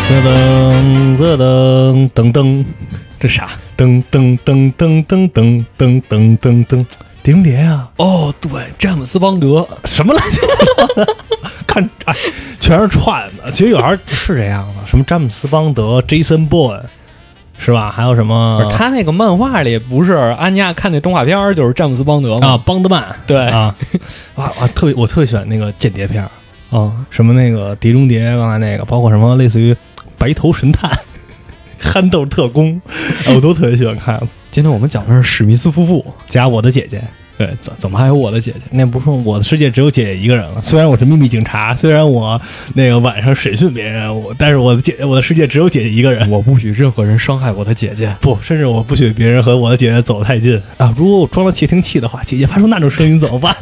噔噔噔噔噔，这啥？噔噔噔噔噔噔噔噔噔噔，碟中谍啊！ 哦，对，詹姆斯邦德， 什么来着？看，哎，全是串的。其实有时候是这样的，什么詹姆斯邦德、Jason Bourne，是吧？还有什么？ 他那个漫画里不是安妮亚看那动画片就是詹姆斯邦德吗？ 啊，邦德曼， 对啊，我特别喜欢那个间谍片什么那个碟中谍，刚才那个，包括什么类似于白头神探、憨豆特工，我都特别喜欢看。 今天我们讲的是史密斯夫妇加我的姐姐。 对，怎么还有我的姐姐？ 那不是我的世界只有姐姐一个人了。虽然我是秘密警察，虽然我那个晚上审讯别人，但是我的世界只有姐姐一个人。 我不许任何人伤害我的姐姐， 不，甚至我不许别人和我的姐姐走得太近啊！如果我装了窃听器的话，姐姐发出那种声音怎么办？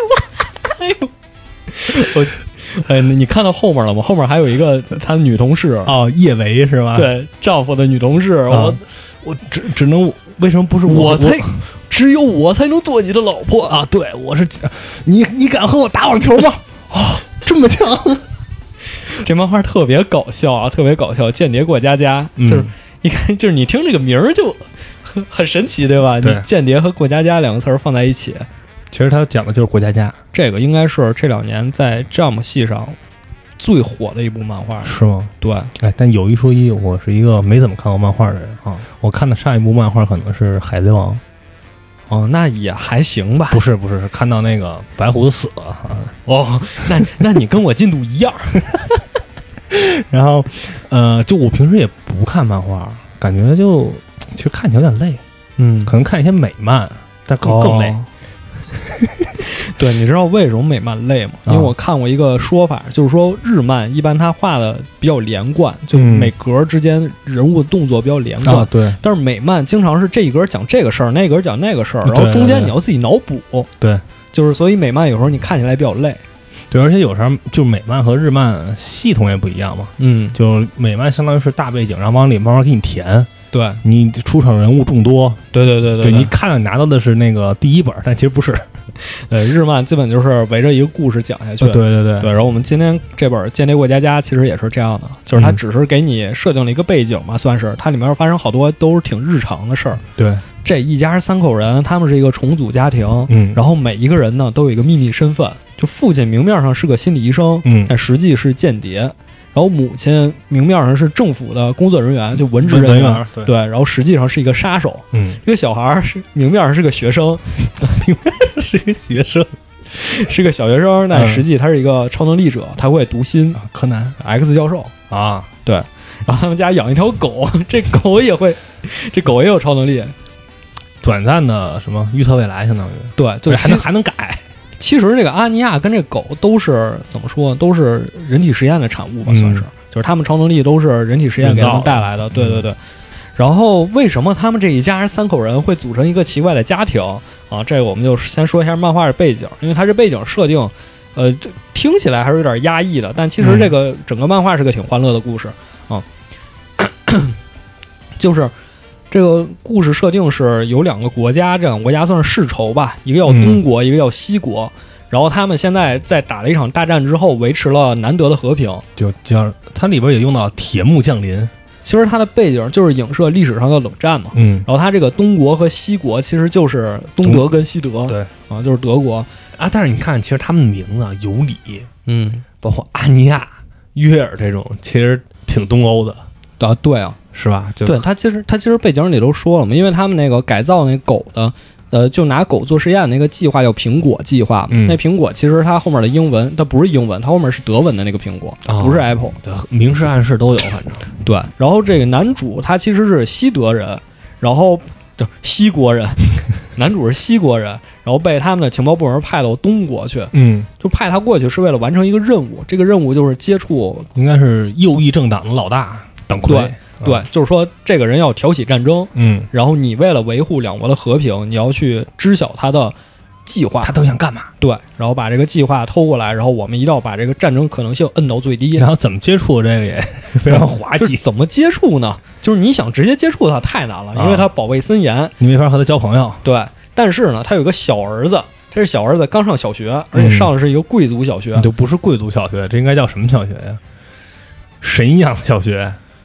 你看到后面了吗？后面还有一个他的女同事叶维是吧？ 对，丈夫的女同事， 我只能为什么不是我才？只有我才能做你的老婆啊！对，我是你敢和我打网球吗？这么强！ 这漫画特别搞笑啊，特别搞笑。间谍过家家，就是一看就是你听这个名儿就很神奇，对吧？ 对， 你间谍和过家家两个词儿放在一起， 其实他讲的就是过家家。 这个应该是这2年在 Jump 系上最火的一部漫画， 是吗？ 对， 哎，但有一说一，我是一个没怎么看过漫画的人啊。我看的上一部漫画可能是《海贼王》。 哦，那也还行吧。 不是，看到那个白胡子死了。 哦，那你跟我进度一样。 然后，就我平时也不看漫画，感觉其实看起来有点累。可能看一些美漫，但更累。 对，你知道为什么美漫累吗？因为我看过一个说法，就是说日漫一般它画的比较连贯，就每格之间人物动作比较连贯。 对。 但是美漫经常是这一格讲这个事儿，那一格讲那个事儿，然后中间你要自己脑补。 对。 就是所以美漫有时候你看起来比较累。 对，而且有时候就美漫和日漫系统也不一样嘛。就美漫相当于是大背景，然后往里慢慢给你填。对，你出场人物众多。对，你看了拿到的是那个第一本，但其实不是。 日漫基本就是围着一个故事讲下去。 对。 然后我们今天这本《间谍过家家》其实也是这样的，就是它只是给你设定了一个背景嘛，算是它里面发生好多都是挺日常的事儿。 对， 这一家3口人，他们是一个重组家庭。然后每一个人呢都有一个秘密身份，就父亲明面上是个心理医生，但实际是间谍。然后母亲明面上是政府的工作人员，就文职人员，对，然后实际上是一个杀手。这个小孩是明面上是个学生， 明面上是个学生， 是个小学生，但实际他是一个超能力者，他会读心。 柯南 X 教授啊， 对。然后他们家养一条狗，这狗也有超能力， 短暂的什么预测未来，相当于对，就还能改。 其实这个阿尼亚跟这狗都是怎么说，都是人体实验的产物吧，算是，就是他们超能力都是人体实验给他们带来的。对。然后为什么他们这一家3口人会组成一个奇怪的家庭啊？这个我们就先说一下漫画的背景，因为它这背景设定，听起来还是有点压抑的，但其实这个整个漫画是个挺欢乐的故事啊。就是这个故事设定是有2个国家，这2个国家算是世仇吧，一个叫东国，一个叫西国。然后他们现在在打了一场大战之后，维持了难得的和平。 就它里边也用到铁幕降临。 其实它的背景就是影射历史上的冷战嘛。然后它这个东国和西国其实就是东德跟西德。 对啊，就是德国啊。但是你看，其实他们的名字有理。包括阿尼亚、约尔这种，其实挺东欧的啊。对啊。 是吧？ 对，他其实背景里都说了嘛，因为他们那个改造那狗的，就拿狗做实验那个计划叫苹果计划。那苹果其实它后面的英文，它不是英文，它后面是德文的那个苹果，不是 Apple。 对，明示暗示都有，反正对。然后这个男主他其实是西德人，然后就西国人，男主是西国人，然后被他们的情报部门派到东国去。就派他过去是为了完成一个任务，这个任务就是接触， 应该是右翼政党的老大党魁。 对，就是说这个人要挑起战争，然后你为了维护2国的和平，你要去知晓他的计划， 他都想干嘛？ 对，然后把这个计划偷过来，然后我们一定要把这个战争可能性摁到最低。 然后怎么接触这个也非常滑稽。 怎么接触呢？就是你想直接接触他太难了，因为他保卫森严， 你没法和他交朋友。 对，但是呢，他有个小儿子，这是小儿子刚上小学，而且上的是一个贵族小学。 就不是贵族小学，这应该叫什么小学呀？神一样的小学。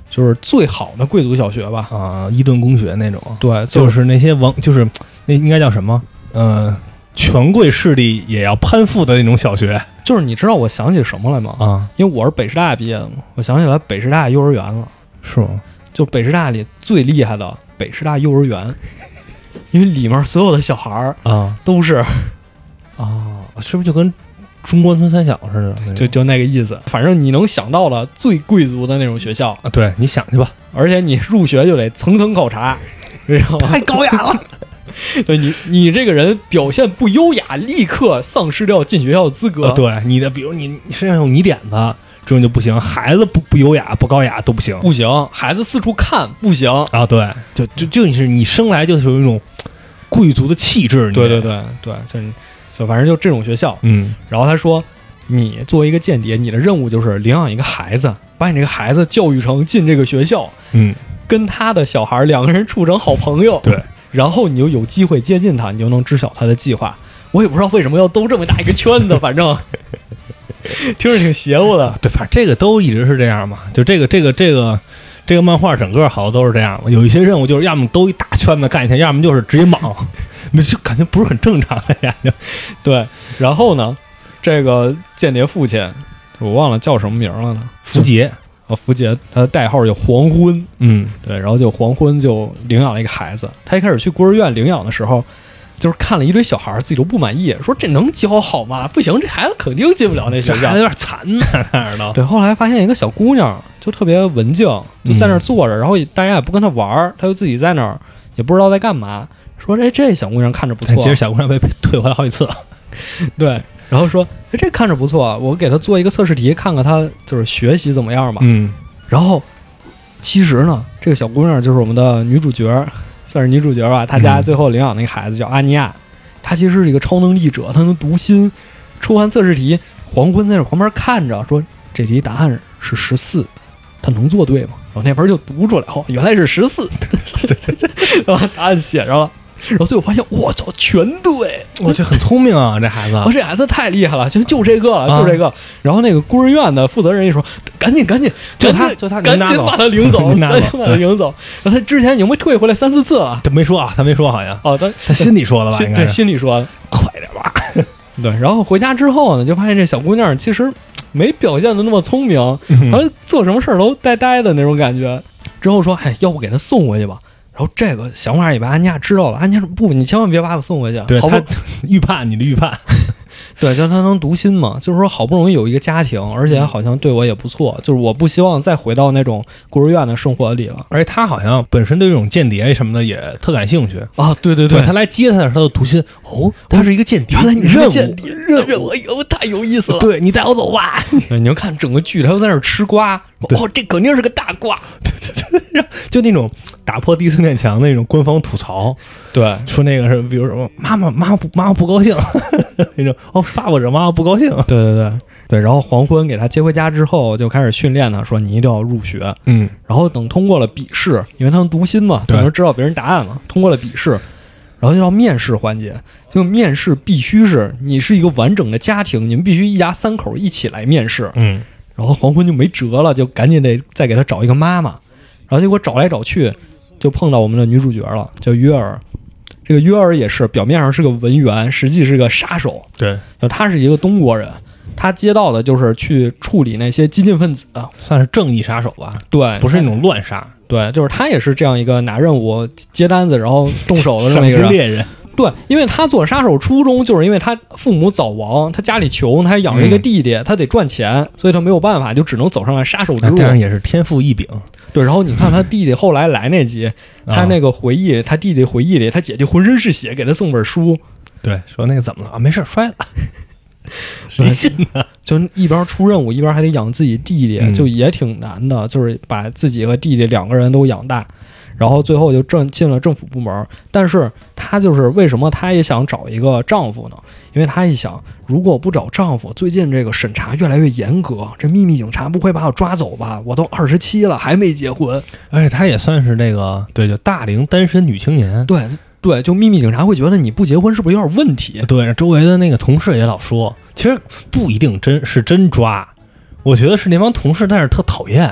就是最好的贵族小学吧， 伊顿公学那种。 对， 就是那些就是那应该叫什么？权贵势力也要攀附的那种小学。 就是你知道我想起什么来吗？因为我是北师大毕业的嘛，我想起来北师大幼儿园了。 是吗？ 就北师大里最厉害的北师大幼儿园，因为里面所有的小孩都是是不是就跟中关村三小似的？就那个意思。反正你能想到了最贵族的那种学校对，你想去吧。 而且你入学就得层层考察，知道吗？ 太高雅了。 对你这个人表现不优雅，立刻丧失掉进学校的资格。 对你的，比如你身上有泥点子，这种就不行。孩子不优雅、不高雅都不行， 不行。孩子四处看不行啊。对，就是你生来就是有一种贵族的气质。 对，就反正就这种学校。然后他说，你作为一个间谍，你的任务就是领养一个孩子，把你这个孩子教育成进这个学校，跟他的小孩两个人处成好朋友。 对。 然后你就有机会接近他，你就能知晓他的计划。我也不知道为什么要兜这么大一个圈子，反正听着挺邪乎的。 对，反正这个都一直是这样嘛。就这个漫画整个好像都是这样嘛。有一些任务就是要么兜一大圈子干一天，要么就是直接莽，就感觉不是很正常的呀。 对，然后呢，这个间谍父亲我忘了叫什么名了呢？ 福杰。 福杰他的代号叫黄昏。对，然后就黄昏就领养了一个孩子。他一开始去孤儿院领养的时候，就是看了一堆小孩，自己都不满意，说这能教好吗？不行，这孩子肯定进不了那学校， 有点残呐。 对，后来发现一个小姑娘就特别文静，就在那儿坐着，然后大家也不跟她玩，她就自己在那儿也不知道在干嘛。说这小姑娘看着不错， 其实小姑娘被退回来好几次了。 对。然后说这看着不错，我给他做一个测试题，看看他就是学习怎么样嘛。然后其实呢，这个小姑娘就是我们的女主角，算是女主角吧。她家最后领养那个孩子叫阿尼亚，她其实是一个超能力者，她能读心。出完测试题，黄昏在那旁边看着，说这题答案是14，她能做对吗？然后那边就读出来，原来是14，然后答案写上了。然后最后发现，我操，全对！ 我这很聪明啊，这孩子。 这孩子太厉害了，就这个了，就这个。然后那个孤儿院的负责人一说，赶紧， 就他， 赶紧把他领走，赶紧把他领走。然后他之前已经被退回来3、4次了， 他没说，好像。他心里说的吧？ 对，心里说的， 快点吧。 对，然后回家之后呢，就发现这小姑娘其实没表现的那么聪明，好像做什么事儿都呆呆的那种感觉。之后说，要不给他送回去吧。然后这个想法也被安妮亚知道了，安妮亚说不，你千万别把我送回去。 对，他预判你的预判。 对，就他能读心嘛，就是说好不容易有一个家庭，而且好像对我也不错，就是我不希望再回到那种孤儿院的生活里了。 而且他好像本身对这种间谍什么的也特感兴趣啊。对， 他来接他的时候他就读心。他是一个间谍， 原来你是间谍，任务太有意思了。 对，你带我走吧。 你就看整个剧，他又在那儿吃瓜，这肯定是个大瓜。 对，就那种打破第4面墙的那种官方吐槽。 对， 说那个是比如什么妈妈不高兴那种，爸爸惹妈妈不高兴。 对，然后黄昏给他接回家之后，就开始训练他，说你一定要入学。然后等通过了笔试，因为他能读心嘛，他能知道别人答案嘛，通过了笔试，然后就到面试环节。就面试必须是你是一个完整的家庭，你们必须一家3口一起来面试。然后黄昏就没辙了，就赶紧得再给他找一个妈妈。然后结果找来找去，就碰到我们的女主角了，叫约尔。这个约尔也是表面上是个文员，实际是个杀手。 对， 就他是一个东国人，他接到的就是去处理那些激进分子， 算是正义杀手吧。 对， 不是那种乱杀。 对，就是他也是这样一个拿任务接单子然后动手的这么一个赏之猎人。 对，因为他做杀手初衷就是因为他父母早亡，他家里穷，他还养着一个弟弟，他得赚钱，所以他没有办法，就只能走上了杀手之路。 这样也是天赋异禀。 对，然后你看他弟弟后来来那集，他那个回忆，他弟弟回忆里，他姐姐浑身是血，给他送本书。 对，说那个怎么了？没事，摔了。谁信呢？ 就一边出任务，一边还得养自己弟弟，就也挺难的，就是把自己和弟弟2个人都养大。然后最后就进了政府部门，但是她就是为什么她也想找一个丈夫呢？因为她一想，如果不找丈夫，最近这个审查越来越严格，这秘密警察不会把我抓走吧？我都27了，还没结婚， 而且她也算是这个就大龄单身女青年。 对，就秘密警察会觉得你不结婚是不是有点问题？ 对，周围的那个同事也老说，其实不一定真抓，我觉得是那帮同事在那特讨厌。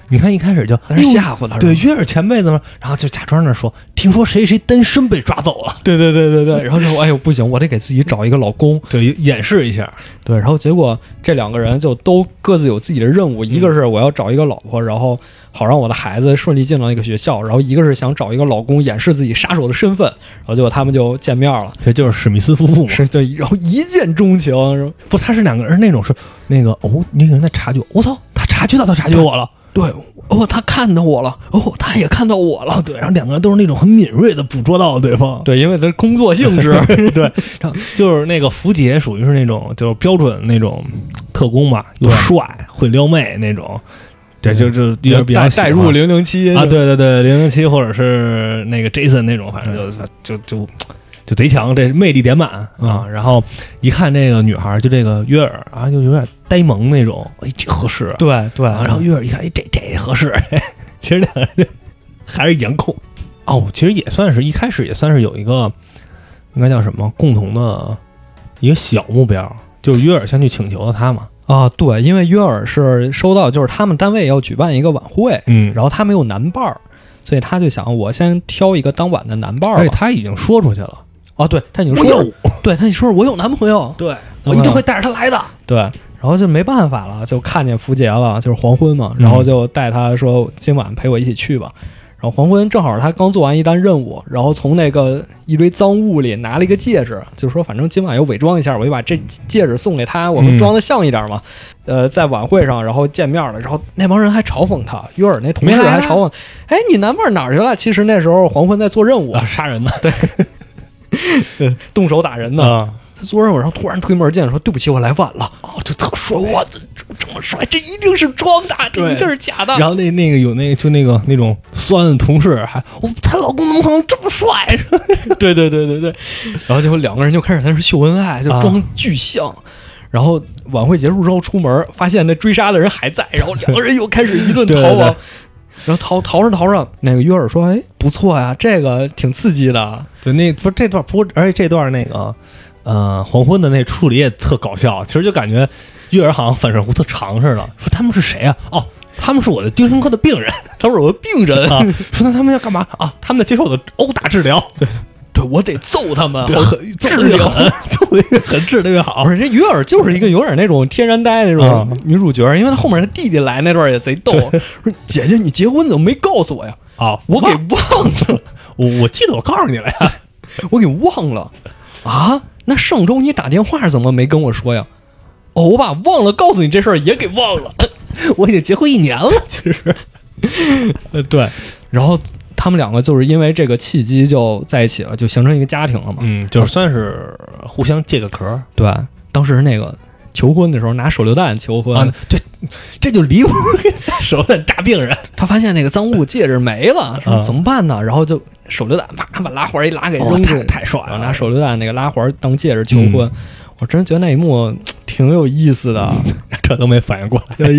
你看一开始就吓唬他， 对，约尔前辈子嘛，然后就假装着说，听说谁单身被抓走了， 对，然后就哎呦不行，我得给自己找一个老公， 对，掩饰一下， 对，然后结果这2个人就都各自有自己的任务，一个是我要找一个老婆，然后好让我的孩子顺利进到那个学校，然后一个是想找一个老公掩饰自己杀手的身份，然后结果他们就见面了， 这就是史密斯夫妇嘛， 是对，然后一见钟情， 不，他是2个人那种是那个那个人在察觉，我操，他察觉我了， 对，他看到我了，他也看到我了， 对，然后2个人都是那种很敏锐的捕捉到了对方， 对，因为他工作性质， 对，然后就是那个福杰属于是那种就是标准那种特工嘛，又帅会撩妹那种。对，就有点比较带入007 啊，对，007或者是那个 Jason 那种，反正就贼强，这魅力点满啊。然后一看这个女孩，就这个约尔啊，就有点呆萌那种，哎，这合适， 对， 然后约尔一看，哎，这合适，其实2个人就还是颜控其实也算是一开始也算是有一个应该叫什么共同的一个小目标，就是约尔先去请求了他嘛。 对，因为约尔是收到就是他们单位要举办一个晚会，然后他没有男伴儿，所以他就想我先挑一个当晚的男伴儿。 而且他已经说出去了， 对，他已经说，对他已经说我有男朋友， 对我一定会带着他来的。 对，然后就没办法了，就看见福杰了，就是黄昏嘛，然后就带他说今晚陪我一起去吧。然后黄昏正好他刚做完一单任务，然后从那个一堆赃物里拿了一个戒指，就说反正今晚要伪装一下，我就把这戒指送给他，我们装的像一点嘛。在晚会上然后见面了，然后那帮人还嘲讽他，约尔那同事还嘲讽，哎，你男伴哪儿去了？其实那时候黄昏在做任务， 杀人呢， 对，动手打人呢。做任务，然后突然推门进来说：“对不起，我来晚了。” 这特帅， 哇，这么帅，这一定是装的，这一定是假的。 然后那个有那种酸的同事还，她老公怎么可能这么帅？ 对。然后就2个人就开始在那秀恩爱，就装巨像。然后晚会结束之后出门，发现那追杀的人还在，然后2个人又开始一顿逃亡。然后逃着，那个约尔说：“哎，不错呀，这个挺刺激的。” 对，那不是这段不，而且这段那个。黄昏的那处理也特搞笑，其实就感觉约尔好像反射弧特长似的。说他们是谁啊？他们是我的精神科的病人， 他们是我的病人啊。 说那他们要干嘛啊？他们在接受我的殴打治疗。 对，我得揍他们， 揍的越狠，揍的越狠，治的越好。 这约尔就是一个有点那种天然呆那种女主角，因为她后面她弟弟来那段也贼逗，说姐姐你结婚怎么没告诉我呀？我给忘了， 我记得我告诉你了呀， 我给忘了啊。那上周你打电话怎么没跟我说呀？我把忘了告诉你这事儿也给忘了。 我已经结婚1年了，其实。 对，然后他们2个就是因为这个契机就在一起了，就形成一个家庭了嘛。 就是算是互相借个壳。 对，当时那个求婚的时候拿手榴弹求婚， 对，这就离谱，手榴弹炸病人。 他发现那个赃物戒指没了，说怎么办呢？然后就手榴弹啪把拉环一拉给扔出去， 太帅了！ 拿手榴弹那个拉环当戒指求婚，我真觉得那一幕挺有意思的， 这都没反应过来。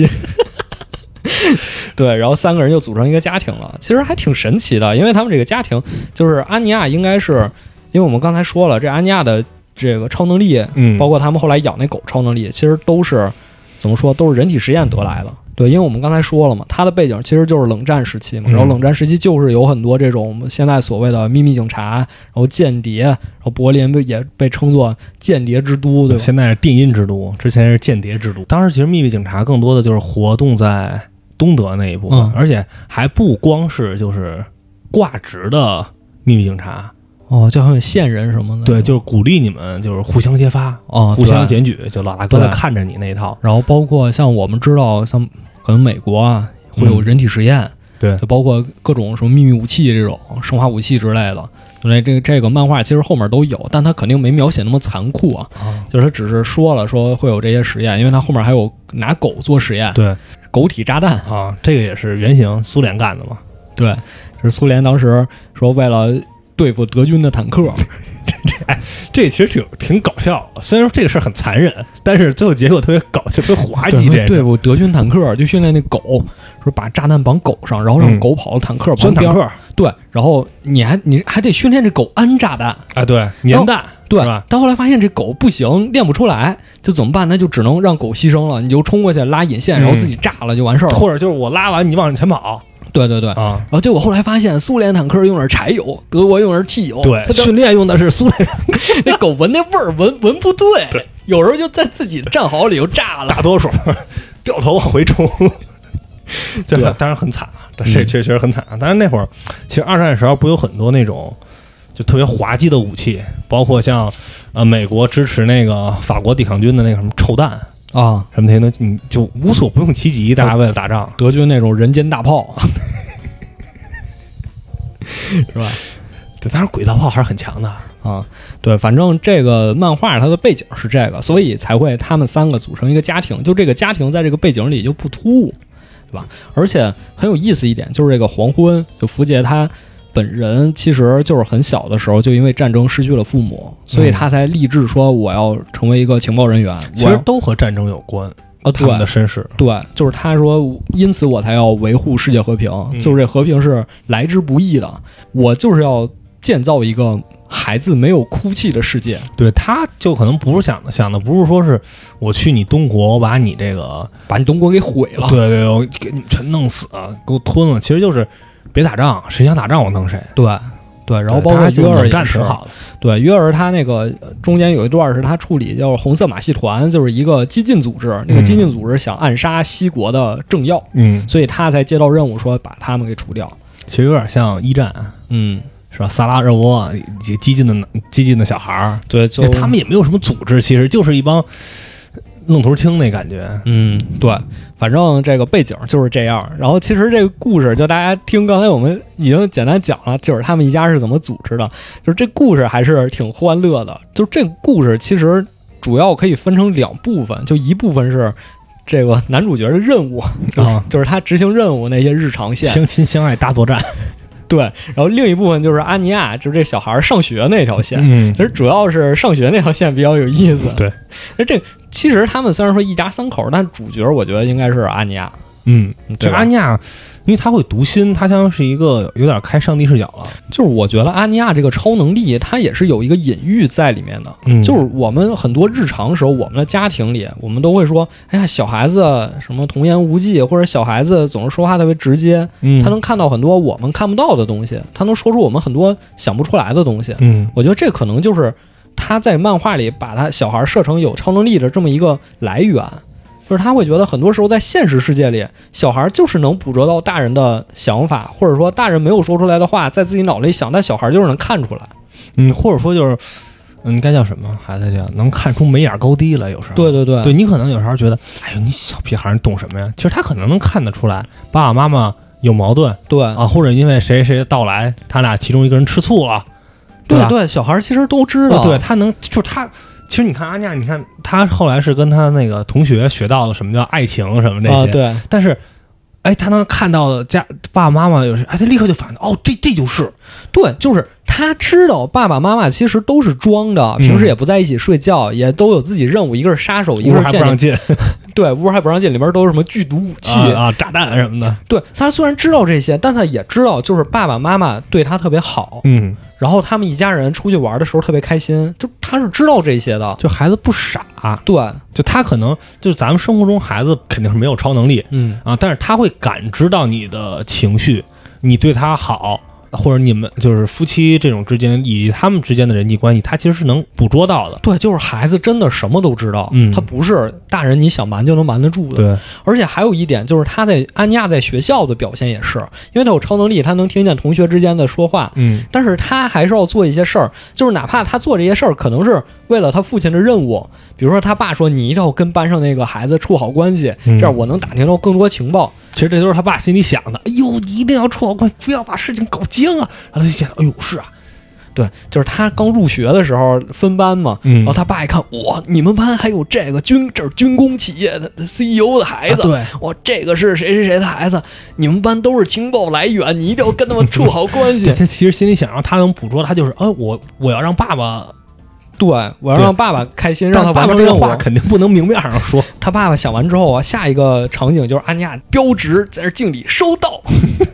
对，然后3个人就组成一个家庭了，其实还挺神奇的，因为他们这个家庭就是安妮亚，应该是因为我们刚才说了，这安妮亚的这个超能力，包括他们后来养那狗超能力，其实都是怎么说，都是人体实验得来的。对，因为我们刚才说了嘛，它的背景其实就是冷战时期嘛，然后冷战时期就是有很多这种现在所谓的秘密警察，然后间谍，然后柏林也被称作间谍之都，对吧？ 现在是电音之都，之前是间谍之都。当时其实秘密警察更多的就是活动在东德那一部分，而且还不光是就是挂职的秘密警察。 就好像线人什么的， 对，就是鼓励你们就是互相揭发互相检举，就老大哥在看着你那一套。 然后包括像我们知道，像可能美国啊会有人体实验， 对， 就包括各种什么秘密武器这种生化武器之类的。对，这个漫画其实后面都有，但他肯定没描写那么残酷啊。就是他只是说会有这些实验，因为他后面还有拿狗做实验， 对， 狗体炸弹这个也是原型苏联干的嘛。 对，就是苏联当时说为了对付德军的坦克， 这其实挺搞笑的。虽然说这个事儿很残忍，但是最后结果特别搞笑，特别滑稽。 对付德军坦克就训练那狗，说把炸弹绑狗上，然后让狗跑到坦克旁边。 对，然后你还得训练这狗安炸弹， 哎，对，粘蛋， 对吧？但后来发现这狗不行，练不出来，就怎么办？那就只能让狗牺牲了，你就冲过去拉引线，然后自己炸了就完事儿了， 或者就是我拉完你往前跑。 对对对啊！然后结果后来发现，苏联坦克用的是柴油，德国用的是汽油。 对，训练用的是苏联。 那狗闻那味儿闻不对，对，有时候就在自己的战壕里就炸了。 大多数掉头往回冲，这个当然很惨啊，这确实很惨啊。但是那会儿其实二战时候不有很多那种就特别滑稽的武器，包括像美国支持那个法国抵抗军的那个什么臭弹。 啊， 什么那些东西就无所不用其极，大家为了打仗， 德军那种人间大炮，是吧？ 对，当然轨道炮还是很强的啊。对，反正这个漫画它的背景是这个，所以才会他们三个组成一个家庭。就这个家庭在这个背景里就不突兀，对吧？而且很有意思一点就是这个黄昏，就福杰他本人其实就是很小的时候就因为战争失去了父母，所以他才立志说我要成为一个情报人员。 其实都和战争有关他们的身世。 对，就是他说因此我才要维护世界和平，就是这和平是来之不易的，我就是要建造一个孩子没有哭泣的世界。 对，他就可能不是想的不是说是我去你东国，我把你东国给毁了， 对对，我给你们全弄死，给我吞了，其实就是别打仗，谁想打仗我弄谁。 对对，然后包括约尔也是好的。 对，约尔他那个中间有一段是他处理叫红色马戏团，就是一个激进组织，那个激进组织想暗杀西国的政要，所以他才接到任务说把他们给除掉。 其实有点像一战，是吧？萨拉热窝激进的小孩儿， 对，就他们也没有什么组织，其实就是一帮愣头青那感觉。 对，反正这个背景就是这样。然后其实这个故事就大家听刚才我们已经简单讲了，就是他们一家是怎么组织的，就是这故事还是挺欢乐的。就这个故事其实主要可以分成两部分，就一部分是这个男主角的任务就是他执行任务那些日常线， 相亲相爱大作战。 对，然后另一部分就是阿尼亚，就是这小孩上学那条线。其实主要是上学那条线比较有意思。 对， 这其实他们虽然说一家三口，但主角我觉得应该是阿尼亚。 这阿尼亚，因为他会读心，他像是一个有点开上帝视角了。 就是我觉得阿尼亚这个超能力，它也是有一个隐喻在里面的。就是我们很多日常时候，我们的家庭里，我们都会说，哎呀，小孩子什么童言无忌，或者小孩子总是说话特别直接，他能看到很多我们看不到的东西，他能说出我们很多想不出来的东西。我觉得这可能就是他在漫画里把他小孩设成有超能力的这么一个来源。就是他会觉得很多时候在现实世界里，小孩就是能捕捉到大人的想法，或者说大人没有说出来的话在自己脑里想，但小孩就是能看出来。 或者说就是该叫什么孩子这样能看出眉眼高低了。有时候对你可能有时候觉得哎呦你小屁孩你懂什么呀，其实他可能能看得出来爸爸妈妈有矛盾， 对啊，或者因为谁的到来他俩其中一个人吃醋了， 对，小孩其实都知道。 对，他能就是他其实你看阿尼亚，你看他后来是跟他那个同学学到了什么叫爱情什么这些， 对。 但是，他能看到家爸爸妈妈有时，他立刻就反应这就是， 对，就是他知道爸爸妈妈其实都是装的，平时也不在一起睡觉，也都有自己任务，一个是杀手，一个是还不让进， 对，屋还不让进，里边都是什么剧毒武器炸弹什么的。 对，他虽然知道这些，但他也知道就是爸爸妈妈对他特别好，然后他们一家人出去玩的时候特别开心，就他是知道这些的。 就孩子不傻， 对， 就他可能就是咱们生活中孩子肯定是没有超能力，但是他会感知到你的情绪，你对他好，或者你们就是夫妻这种之间以及他们之间的人际关系，他其实是能捕捉到的。 对，就是孩子真的什么都知道，他不是大人你想瞒就能瞒得住的。 对， 而且还有一点就是安妮亚在学校的表现也是，因为他有超能力，他能听见同学之间的说话，但是他还是要做一些事儿，就是哪怕他做这些事儿可能是为了他父亲的任务，比如说他爸说你一定要跟班上那个孩子处好关系，这样我能打听到更多情报。 其实这都是他爸心里想的，哎呦你一定要处好关系，不要把事情搞僵啊。然后他就想哎呦是啊， 对，就是他刚入学的时候分班嘛，然后他爸一看，哇，你们班还有这是军工企业的 CEO 的孩子， 对， 哇，这个是谁的孩子，你们班都是情报来源，你一定要跟他们处好关系。 他其实心里想让他能捕捉，他就是我要让爸爸。 对，我要让爸爸开心，让他爸爸这个话肯定不能明面上说。 他爸爸想完之后啊，下一个场景就是安妮亚标直在这敬礼，收到。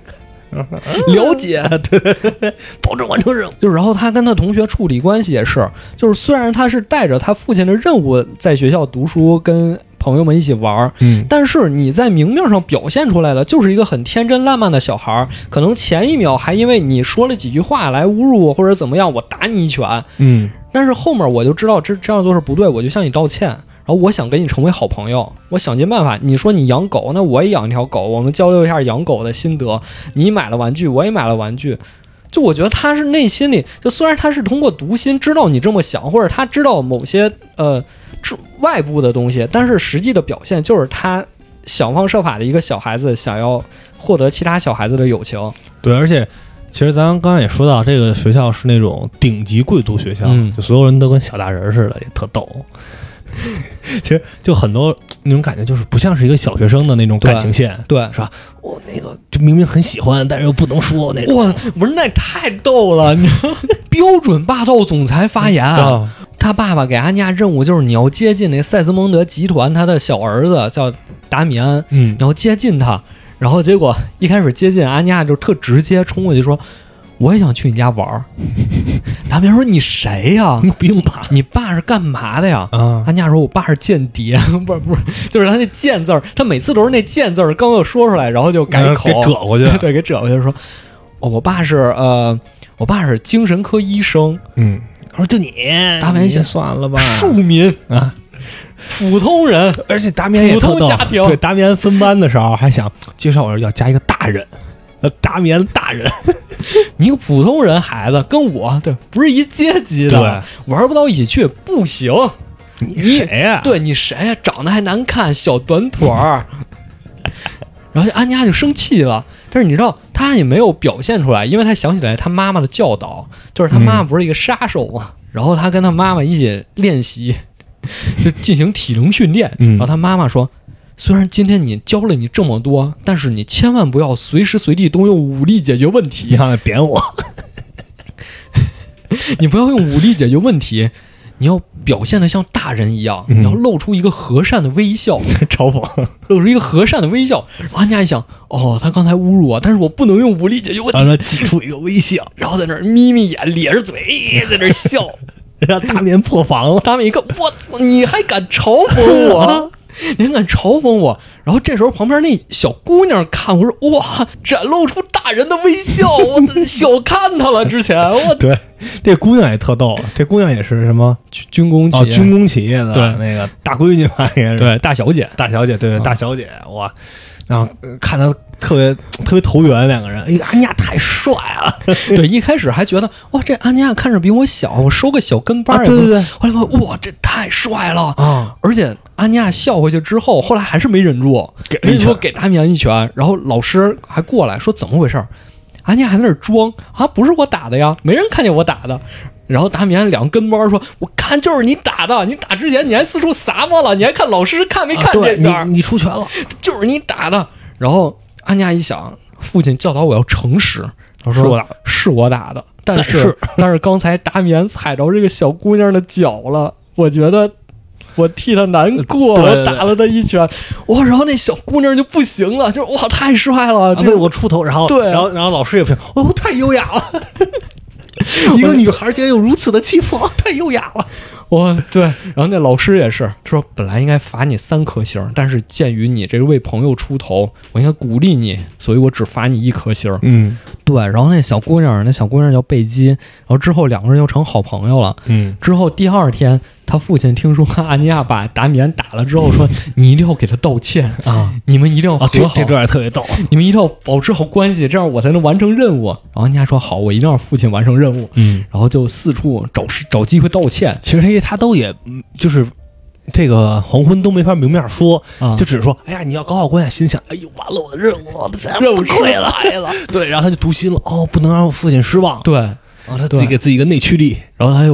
了解， 对，保证完成任务。 就然后他跟他同学处理关系也是，就是虽然他是带着他父亲的任务在学校读书，跟朋友们一起玩，但是你在明面上表现出来的就是一个很天真烂漫的小孩，可能前一秒还因为你说了几句话来侮辱我或者怎么样，我打你一拳，但是后面我就知道这样做是不对，我就向你道歉。然后我想跟你成为好朋友，我想尽办法。你说你养狗，那我也养一条狗，我们交流一下养狗的心得。你买了玩具，我也买了玩具。就我觉得他是内心里，就虽然他是通过读心知道你这么想，或者他知道某些外部的东西，但是实际的表现就是他想方设法的一个小孩子想要获得其他小孩子的友情。 对，而且其实咱刚才也说到，这个学校是那种顶级贵族学校，就所有人都跟小大人似的，也特逗。其实就很多那种感觉，就是不像是一个小学生的那种感情线， 对， 是吧？我那个就明明很喜欢，但是又不能说那种。 哇，不是那太逗了，你知道标准霸道总裁发言。他爸爸给安妮亚任务就是你要接近那塞斯蒙德集团他的小儿子叫达米安，你要接近他。然后结果一开始接近安妮亚就特直接冲过去说，我也想去你家玩。达米安说，你谁呀？ 你不用怕， 你爸是干嘛的呀？安妮亚说，我爸是间谍。不是，就是他那贱字儿，他每次都是那贱字儿刚要说出来，然后就改口， 给折过去。 对，给折过去说，我爸是精神科医生。 我说就你， 达米安也算了吧， 庶民啊，普通人， 而且达米安也普通家庭。 对，达米安分班的时候还想介绍我要加一个大人，达米安大人， 你一个普通人孩子跟我对不是一阶级的，玩不到一起去不行。 你谁呀？ 对，你谁呀？长得还难看，小短腿儿。然后安妮亚就生气了，但是你知道他也没有表现出来，因为他想起来他妈妈的教导，就是他妈妈不是一个杀手嘛，然后他跟他妈妈一起练习，就进行体能训练。然后他妈妈说，虽然今天你教了你这么多，但是你千万不要随时随地都用武力解决问题。 你看扁我， 你不要用武力解决问题，你要表现得像大人一样，你要露出一个和善的微笑， 嘲讽， 露出一个和善的微笑。然后安家一想，他刚才侮辱我，但是我不能用武力解决问题， 让他挤出一个微笑， 然后在那儿眯眯眼，咧着嘴，在那儿笑。 让大面破防了， 大面一看，我操，你还敢嘲讽我？你还敢嘲讽我？然后这时候旁边那小姑娘看我说，哇，展露出大人的微笑，我小看她了。之前我对这姑娘也特逗，这姑娘也是什么军工企业， 军工企业的， 对那个大闺女吧，也是对大小姐， 对大小姐，哇，然后看她特别投缘，两个人，哎，安妮亚太帅了。 对，一开始还觉得哇，这安妮亚看着比我小，我收个小跟班， 对， 后来哇，这太帅了啊！而且安妮亚笑回去之后，后来还是没忍住，给达米安一拳，然后老师还过来说怎么回事？安妮亚还在那儿装啊，不是我打的呀，没人看见我打的。然后达米安两个跟班说，我看就是你打的，你打之前你还四处撒么了，你还看老师看没看见你出拳了， 就是你打的。然后安妮亚一想，父亲教导我要诚实，他说是我打的，但是刚才达米安踩着这个小姑娘的脚了，我觉得我替她难过，我打了她一拳，哇！然后那小姑娘就不行了，就哇太帅了， 为我出头，然后老师也不行，太优雅了，一个女孩竟然有如此的气魄，太优雅了。 对，然后那老师也是说，本来应该罚你3颗星，但是鉴于你这个为朋友出头，我应该鼓励你，所以我只罚你1颗星。对。然后那小姑娘叫贝基，然后之后两个人就成好朋友了。之后第2天，他父亲听说安妮亚把达米安打了之后，说你一定要给他道歉啊，你们一定要和好。 这段也特别逗， 你们一定要保持好关系，这样我才能完成任务。然后安妮亚说好，我一定要让父亲完成任务。然后就四处找机会道歉。 其实这些他都也就是这个黄昏都没法明面说，就只是说，哎呀，你要搞好关系，心想，哎呦，完了，我的任务亏了。 对，然后他就读心了，不能让父亲失望。 对， 他自己给自己一个内驱力， 然后他又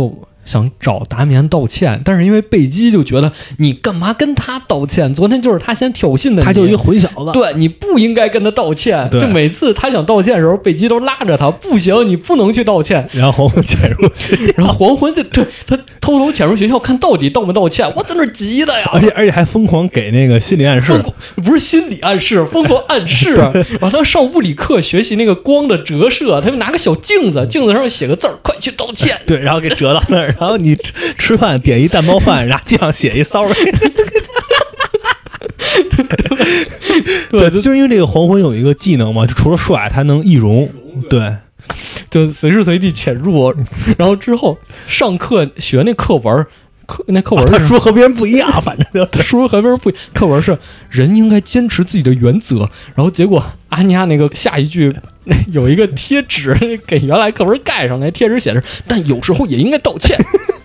想找达棉道歉，但是因为贝基就觉得你干嘛跟他道歉？昨天就是他先挑衅的你， 他就是一个混小子， 对，你不应该跟他道歉。就每次他想道歉的时候，贝基都拉着他，不行，你不能去道歉。 然后黄昏潜入学校， 然后黄昏对他偷偷潜入学校，看到底道没道歉。我在那急的呀， 而且还疯狂给那个心理暗示， 不是心理暗示，疯狂暗示。然后他上物理课学习那个光的折射，他就拿个小镜子，镜子上面写个字儿，快去道歉。 对，然后给折到那儿，然后你吃饭点一蛋包饭，然后地上写一 sorry。对，就是因为这个黄昏有一个技能嘛，就除了帅，他能易容。对， 就随时随地潜入，然后之后上课学那课文。那课文是说和别人不一样，反正就是说和别人不一样。课文是人应该坚持自己的原则，然后结果阿尼亚那个下一句有一个贴纸给原来课文盖上，那贴纸写着但有时候也应该道歉。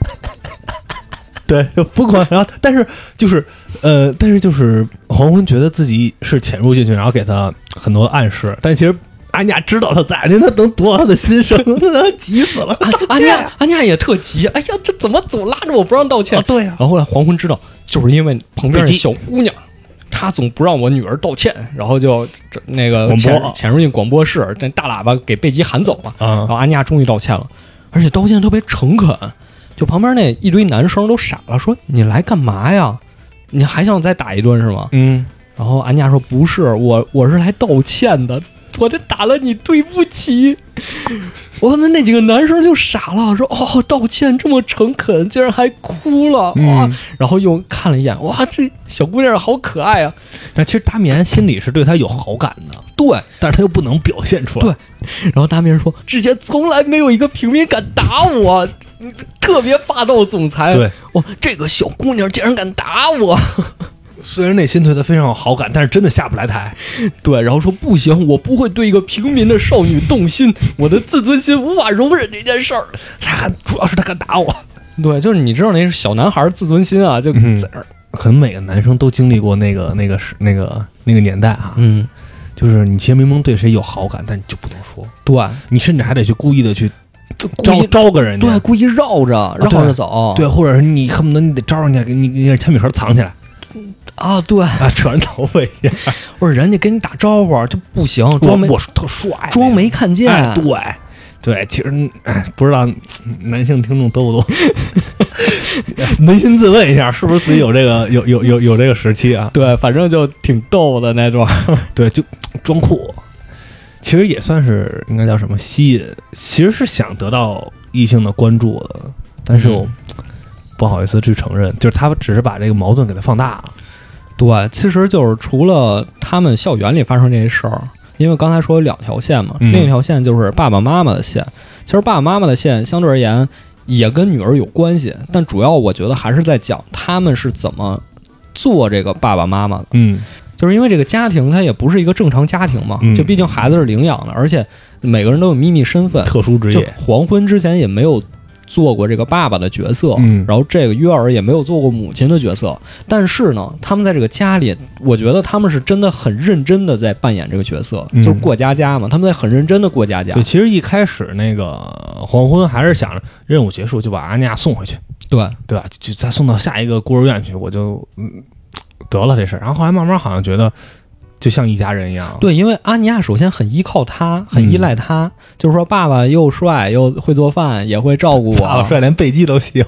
对，疯狂。然后但是就是黄昏觉得自己是潜入进去，然后给他很多暗示，但其实阿尼亚知道他在，那他能读到他的心声，他急死了。 阿尼亚也特急，哎呀，这怎么总拉着我不让道歉？ 对呀。 然后后来黄昏知道，就是因为旁边的小姑娘，她总不让我女儿道歉，然后就那个潜入进广播室，这大喇叭给贝基喊走了。然后阿尼亚终于道歉了，而且道歉特别诚恳，就旁边那一堆男生都傻了，说你来干嘛呀？你还想再打一顿是吗？然后阿尼亚说不是，我是来道歉的。昨天打了你，对不起。我们那几个男生就傻了，说哦，道歉这么诚恳，竟然还哭了哇！然后又看了一眼，哇，这小姑娘好可爱啊。 但其实达棉心里是对她有好感的， 对， 但是她又不能表现出来。 对，然后达棉说，之前从来没有一个平民敢打我，特别霸道总裁。 对， 哦，这个小姑娘竟然敢打我。 虽然内心对他非常有好感，但是真的下不来台。 对，然后说不行，我不会对一个平民的少女动心，我的自尊心无法容忍这件事儿。 主要是他敢打我。 对，就是你知道那是小男孩自尊心啊，就在那儿。 可能每个男生都经历过那个年代啊。就是你其实明明对谁有好感，但你就不能说。 对， 你甚至还得去故意的去招个人家。 对，故意绕着走。 对，或者是你恨不得你得招人家，给你铅笔盒藏起来。 对扯人头发一下， 或者人家跟你打招呼就不行， 我特帅， 装没看见。 对，其实不知道男性听众多不多，扪心自问一下，是不是自己有这个有这个时期啊？ 对，反正就挺逗的那种。 对，就装酷，其实也算是应该叫什么吸引，其实是想得到异性的关注的，但是我不好意思去承认，就是他只是把这个矛盾给他放大了。 对，其实就是除了他们校园里发生这些事儿，因为刚才说有两条线嘛，另一条线就是爸爸妈妈的线。其实爸爸妈妈的线相对而言也跟女儿有关系，但主要我觉得还是在讲他们是怎么做这个爸爸妈妈的。就是因为这个家庭它也不是一个正常家庭嘛，就毕竟孩子是领养的，而且每个人都有秘密身份， 特殊职业。 黄昏之前也没有做过这个爸爸的角色，然后这个约尔也没有做过母亲的角色，但是呢，他们在这个家里，我觉得他们是真的很认真的在扮演这个角色，就是过家家嘛，他们在很认真的过家家。 对，其实一开始那个黄昏还是想着任务结束就把阿尼亚送回去，对吧？就再送到下一个孤儿院去，我就得了这事儿。然后后来慢慢好像觉得就像一家人一样。 对，因为阿尼亚首先很依靠他，很依赖他，就是说爸爸又帅又会做饭，也会照顾我。 爸爸帅连贝基都喜欢。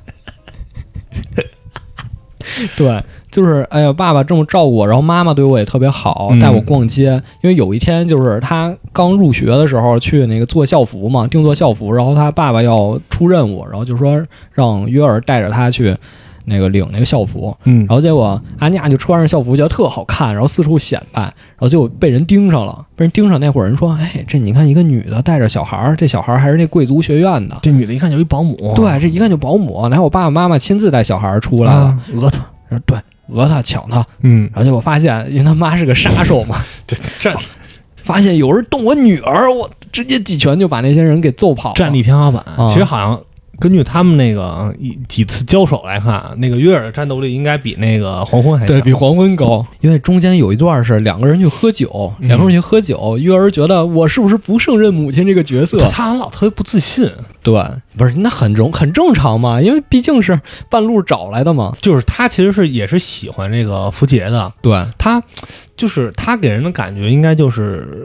对，就是哎呀，爸爸这么照顾我，然后妈妈对我也特别好，带我逛街。因为有一天就是他刚入学的时候去那个做校服嘛，定做校服，然后他爸爸要出任务，然后就说让约尔带着他去那个领那个校服，然后结果阿尼亚就穿上校服觉得特好看，然后四处显摆，然后就被人盯上了。被人盯上那会儿人说，哎，这你看一个女的带着小孩，这小孩还是那贵族学院的， 这女的一看就一保姆。 对，这一看就保姆。然后我爸爸妈妈亲自带小孩出来了， 讹他， 对，讹他抢他，然后结果发现因为他妈是个杀手嘛， 对， 发现有人动我女儿，我直接几拳就把那些人给揍跑了， 战力天花板。其实好像根据他们那个几次交手来看，那个约尔的战斗力应该比那个黄昏还强， 对比黄昏高。因为中间有一段是两个人去喝酒，约尔觉得我是不是不胜任母亲这个角色？ 他老特别不自信。 对，不是那很正常嘛，因为毕竟是半路找来的嘛。 就是他其实也是喜欢这个福杰的， 对他就是他给人的感觉应该就是。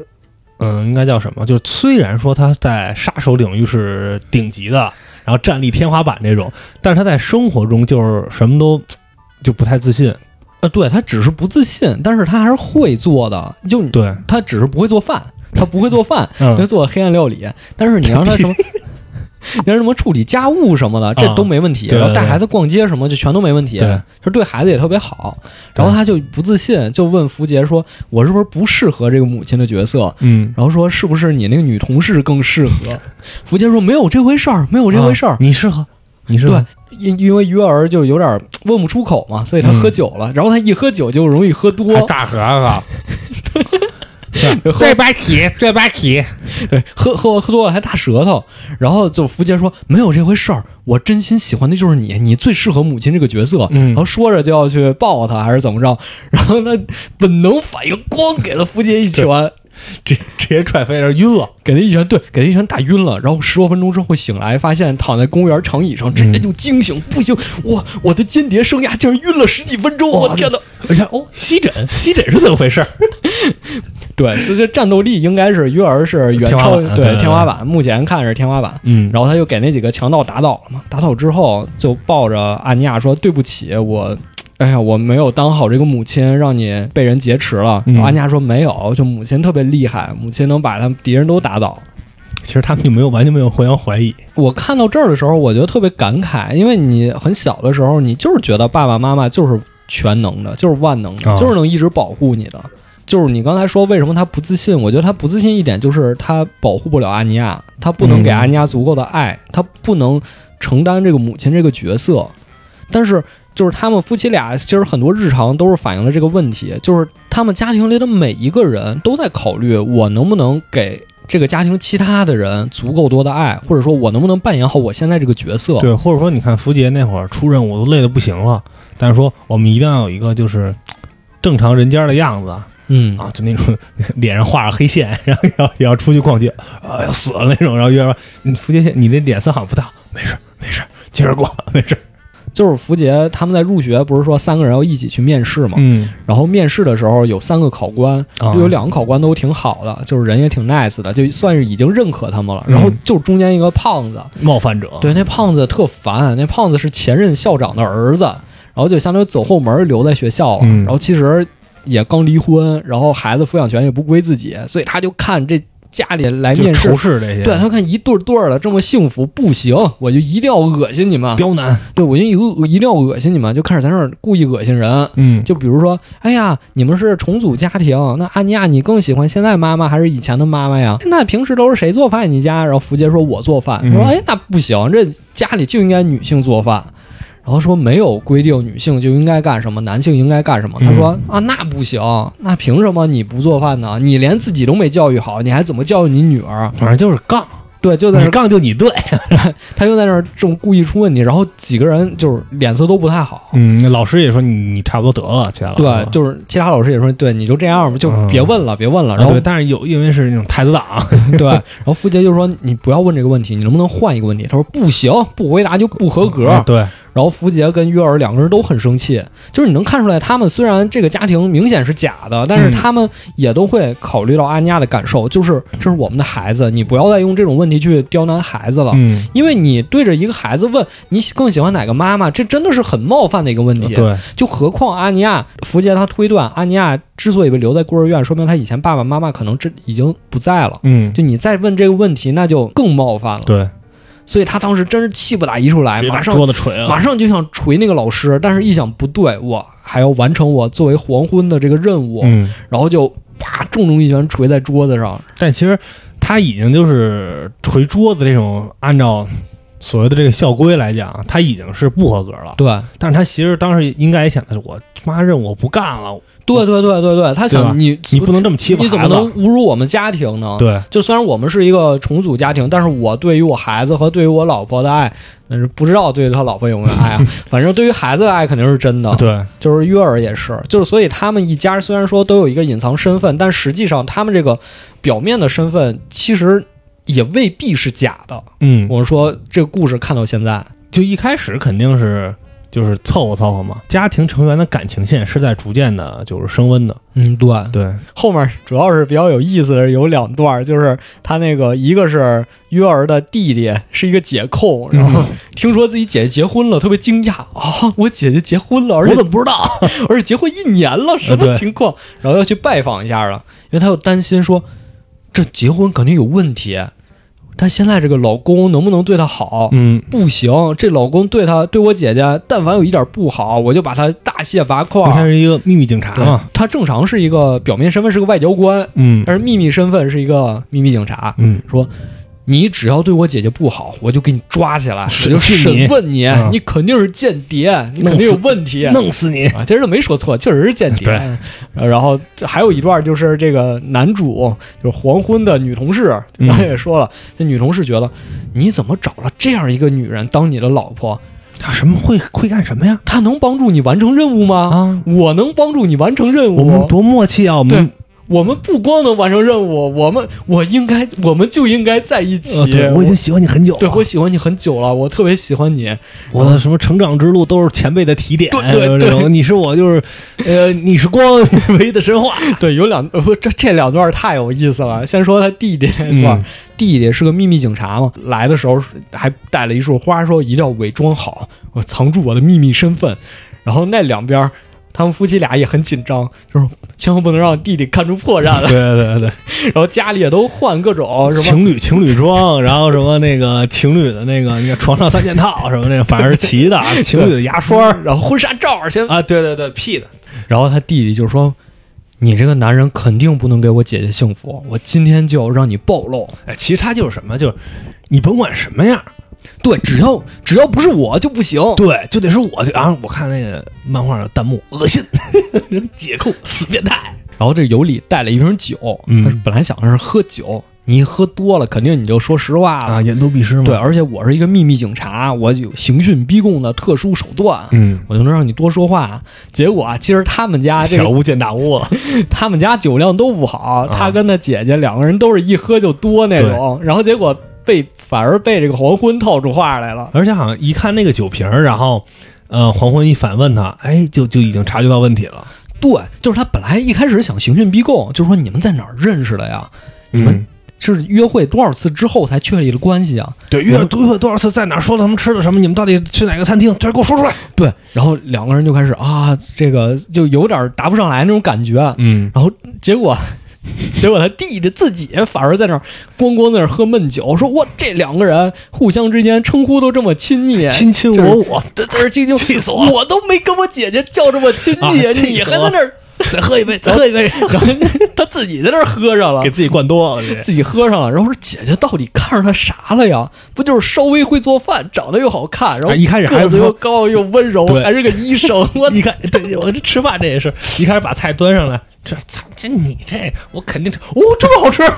应该叫什么？就是虽然说他在杀手领域是顶级的，然后战力天花板这种，但是他在生活中就是什么都就不太自信。 对，他只是不自信，但是他还是会做的。就对， 他只是不会做饭，他不会做饭，他做黑暗料理。但是你让他什么？你让什么处理家务什么的，这都没问题。然后带孩子逛街什么，就全都没问题。就对孩子也特别好。然后他就不自信，就问福杰说：“我是不是不适合这个母亲的角色？”然后说：“是不是你那个女同事更适合？”福杰说：“没有这回事儿，没有这回事儿。 你适合。” 对，因为约儿就有点问不出口嘛，所以他喝酒了。然后他一喝酒就容易喝多， 大喝子。对把起， 对，喝多了还大舌头，然后就福杰说没有这回事儿，我真心喜欢的就是你最适合母亲这个角色。然后说着就要去抱他还是怎么着，然后他本能反应咣给了福杰一拳， 直接踹飞了，晕了， 给他一拳，对，给他一拳打晕了。然后10多分钟之后醒来，发现躺在公园长椅上，直接就惊醒，不行，我的间谍生涯竟然晕了10几分钟，我天哪！ 而且吸枕是怎么回事？ 对，这战斗力应该是约儿是远超对天花板，目前看是天花板。然后他就给那几个强盗打倒了嘛，打倒之后就抱着安妮亚说：“对不起，我没有当好这个母亲，让你被人劫持了。”然后安妮亚说：“没有，就母亲特别厉害，母亲能把他们敌人都打倒。” 其实他们就完全没有互相怀疑。 我看到这儿的时候，我觉得特别感慨，因为你很小的时候，你就是觉得爸爸妈妈就是全能的，就是万能的，就是能一直保护你的。就是你刚才说为什么他不自信，我觉得他不自信一点就是他保护不了安妮亚，他不能给安妮亚足够的爱，他不能承担这个母亲这个角色。但是就是他们夫妻俩其实很多日常都是反映了这个问题，就是他们家庭里的每一个人都在考虑我能不能给这个家庭其他的人足够多的爱，或者说我能不能扮演好我现在这个角色。 对，或者说你看福杰那会儿出任务都累得不行了，但是说我们一定要有一个就是正常人家的样子。就那种脸上画着黑线，然后也要出去逛街，要死了那种。然后约说：“福杰，你这脸色好像不大，没事，接着逛，没事。” 就是福杰他们在入学，不是说3个人要一起去面试嘛？然后面试的时候有3个考官，有2个考官都挺好的，就是人也挺 nice 的，就算是已经认可他们了。然后就中间一个胖子， 冒犯者， 对，那胖子特烦，那胖子是前任校长的儿子，然后就相当于走后门留在学校了。然后其实也刚离婚，然后孩子抚养权也不归自己，所以他就看这家里来面试， 仇视这些， 对，他看一对的这么幸福，不行，我就一定要恶心你们， 刁难， 对，我就一定要恶心你们，就开始在那儿故意恶心人。就比如说，哎呀，你们是重组家庭，那安妮亚你更喜欢现在妈妈还是以前的妈妈呀？那平时都是谁做饭你家？然后福杰说我做饭，说哎那不行，这家里就应该女性做饭。然后说没有规定女性就应该干什么，男性应该干什么。他说那不行，那凭什么你不做饭呢？你连自己都没教育好，你还怎么教育你女儿？ 反正就是杠。 对，就在那你杠就你对， 他就在那儿这么故意出问题，然后几个人就是脸色都不太好。 那老师也说你差不多得了，其他对，就是其他老师也说对，你就这样吧，就别问了。然后对，但是因为是那种太子党， 对，然后福杰就说你不要问这个问题，你能不能换一个问题？他说不行，不回答就不合格。 对。 然后福杰跟约尔2个人都很生气，就是你能看出来，他们虽然这个家庭明显是假的，但是他们也都会考虑到安妮亚的感受，就是这是我们的孩子，你不要再用这种问题去刁难孩子了。因为你对着一个孩子问你更喜欢哪个妈妈，这真的是很冒犯的一个问题。 对， 就何况安妮亚，福杰他推断安妮亚之所以被留在孤儿院，说明他以前爸爸妈妈可能已经不在了。就你再问这个问题，那就更冒犯了。 对。 所以他当时真是气不打一处来，马上就想捶那个老师，但是一想不对，我还要完成我作为黄昏的这个任务，然后就啪重一拳捶在桌子上。 但其实他已经就是捶桌子这种按照所谓的这个校规来讲，他已经是不合格了。 对， 但是他其实当时应该也想的是，我妈任务我不干了。 对，他想你不能这么欺负孩子， 你怎么能侮辱我们家庭呢？ 对， 就虽然我们是一个重组家庭，但是我对于我孩子和对于我老婆的爱，但是不知道对于他老婆有没有爱啊。反正对于孩子的爱肯定是真的。 对， 就是约尔也是，就是所以他们一家虽然说都有一个隐藏身份，但实际上他们这个表面的身份其实也未必是假的。我们说这个故事看到现在， 就一开始肯定是。就是凑合嘛，家庭成员的感情线是在逐渐的，就是升温的。对， 后面主要是比较有意思的有2段，就是他那个一个是约尔的弟弟是一个解控，然后听说自己姐姐结婚了，特别惊讶啊，我姐姐结婚了，而且我怎么不知道？ 而且结婚1年了，什么情况？然后要去拜访一下了，因为他又担心说这结婚肯定有问题。但现在这个老公能不能对她好？不行，这老公对我姐姐，但凡有一点不好，我就把他大卸罚款。 他是一个秘密警察嘛， 他正常是一个表面身份是个外交官，但是秘密身份是一个秘密警察。说你只要对我姐姐不好，我就给你抓起来，我就审问你，你肯定是间谍，你肯定有问题， 弄死你啊！其实没说错，确实是间谍。然后还有一段就是这个男主就是黄昏的女同事，刚才也说了，这女同事觉得你怎么找了这样一个女人当你的老婆？ 他什么会干什么呀？ 他能帮助你完成任务吗？我能帮助你完成任务。 我们多默契啊！ 我们不光能完成任务，我们就应该在一起。 对，我已经喜欢你很久了。 对，我喜欢你很久了，我特别喜欢你。 我的什么成长之路都是前辈的提点。 对， 你是我就是你是光唯一的神话。 对，有这2段太有意思了。先说他弟弟那段，弟弟是个秘密警察嘛，来的时候还带了一束花，说一定要伪装好，我藏住我的秘密身份。然后那2边。他们夫妻俩也很紧张，就是千万不能让弟弟看出破绽来。 对。 然后家里也都换各种什么情侣装，然后什么那个情侣的那个床上3件套什么那个，反正是齐的。情侣的牙刷， 然后婚纱照先啊，对，P 的。 然后他弟弟就说：“你这个男人肯定不能给我姐姐幸福，我今天就要让你暴露。” 其实他就是什么，就是你甭管什么样。 对，只要不是我就不行， 对，就得是我。然后我看那个漫画的弹幕，恶心，解控，死变态。 然后这尤里带了一瓶酒，他本来想的是喝酒，你一喝多了，肯定你就说实话了啊，言多必失嘛。 对，而且我是一个秘密警察，我有刑讯逼供的特殊手段，我就能让你多说话。结果啊，其实他们家小巫见大巫了， 他们家酒量都不好，他跟他姐姐2个人都是一喝就多那种，然后结果。反而被这个黄昏套出话来了， 而且好像一看那个酒瓶，然后，黄昏一反问他，就已经察觉到问题了。 对，就是他本来一开始想刑讯逼供，就是说你们在哪儿认识的呀？你们是约会多少次之后才确立了关系啊？ 对，约会多少次，在哪儿说了他们吃了什么？你们到底去哪个餐厅？这给我说出来。 对，然后2个人就开始这个就有点答不上来那种感觉。然后结果他弟弟自己反而在那儿咣在那儿喝闷酒，说我这2个人互相之间称呼都这么亲昵， 亲亲我， 这在这气死我！ 我都没跟我姐姐叫这么亲昵，你还在那儿再喝一杯， 然后他自己在那儿喝上了， 给自己灌多了， 自己喝上了。然后说姐姐到底看上他啥了呀？不就是稍微会做饭，长得又好看，然后一开始个子又高又温柔，还是个医生。 一看，对，我这吃饭这也是一开始把菜端上来。你这我肯定这么好吃。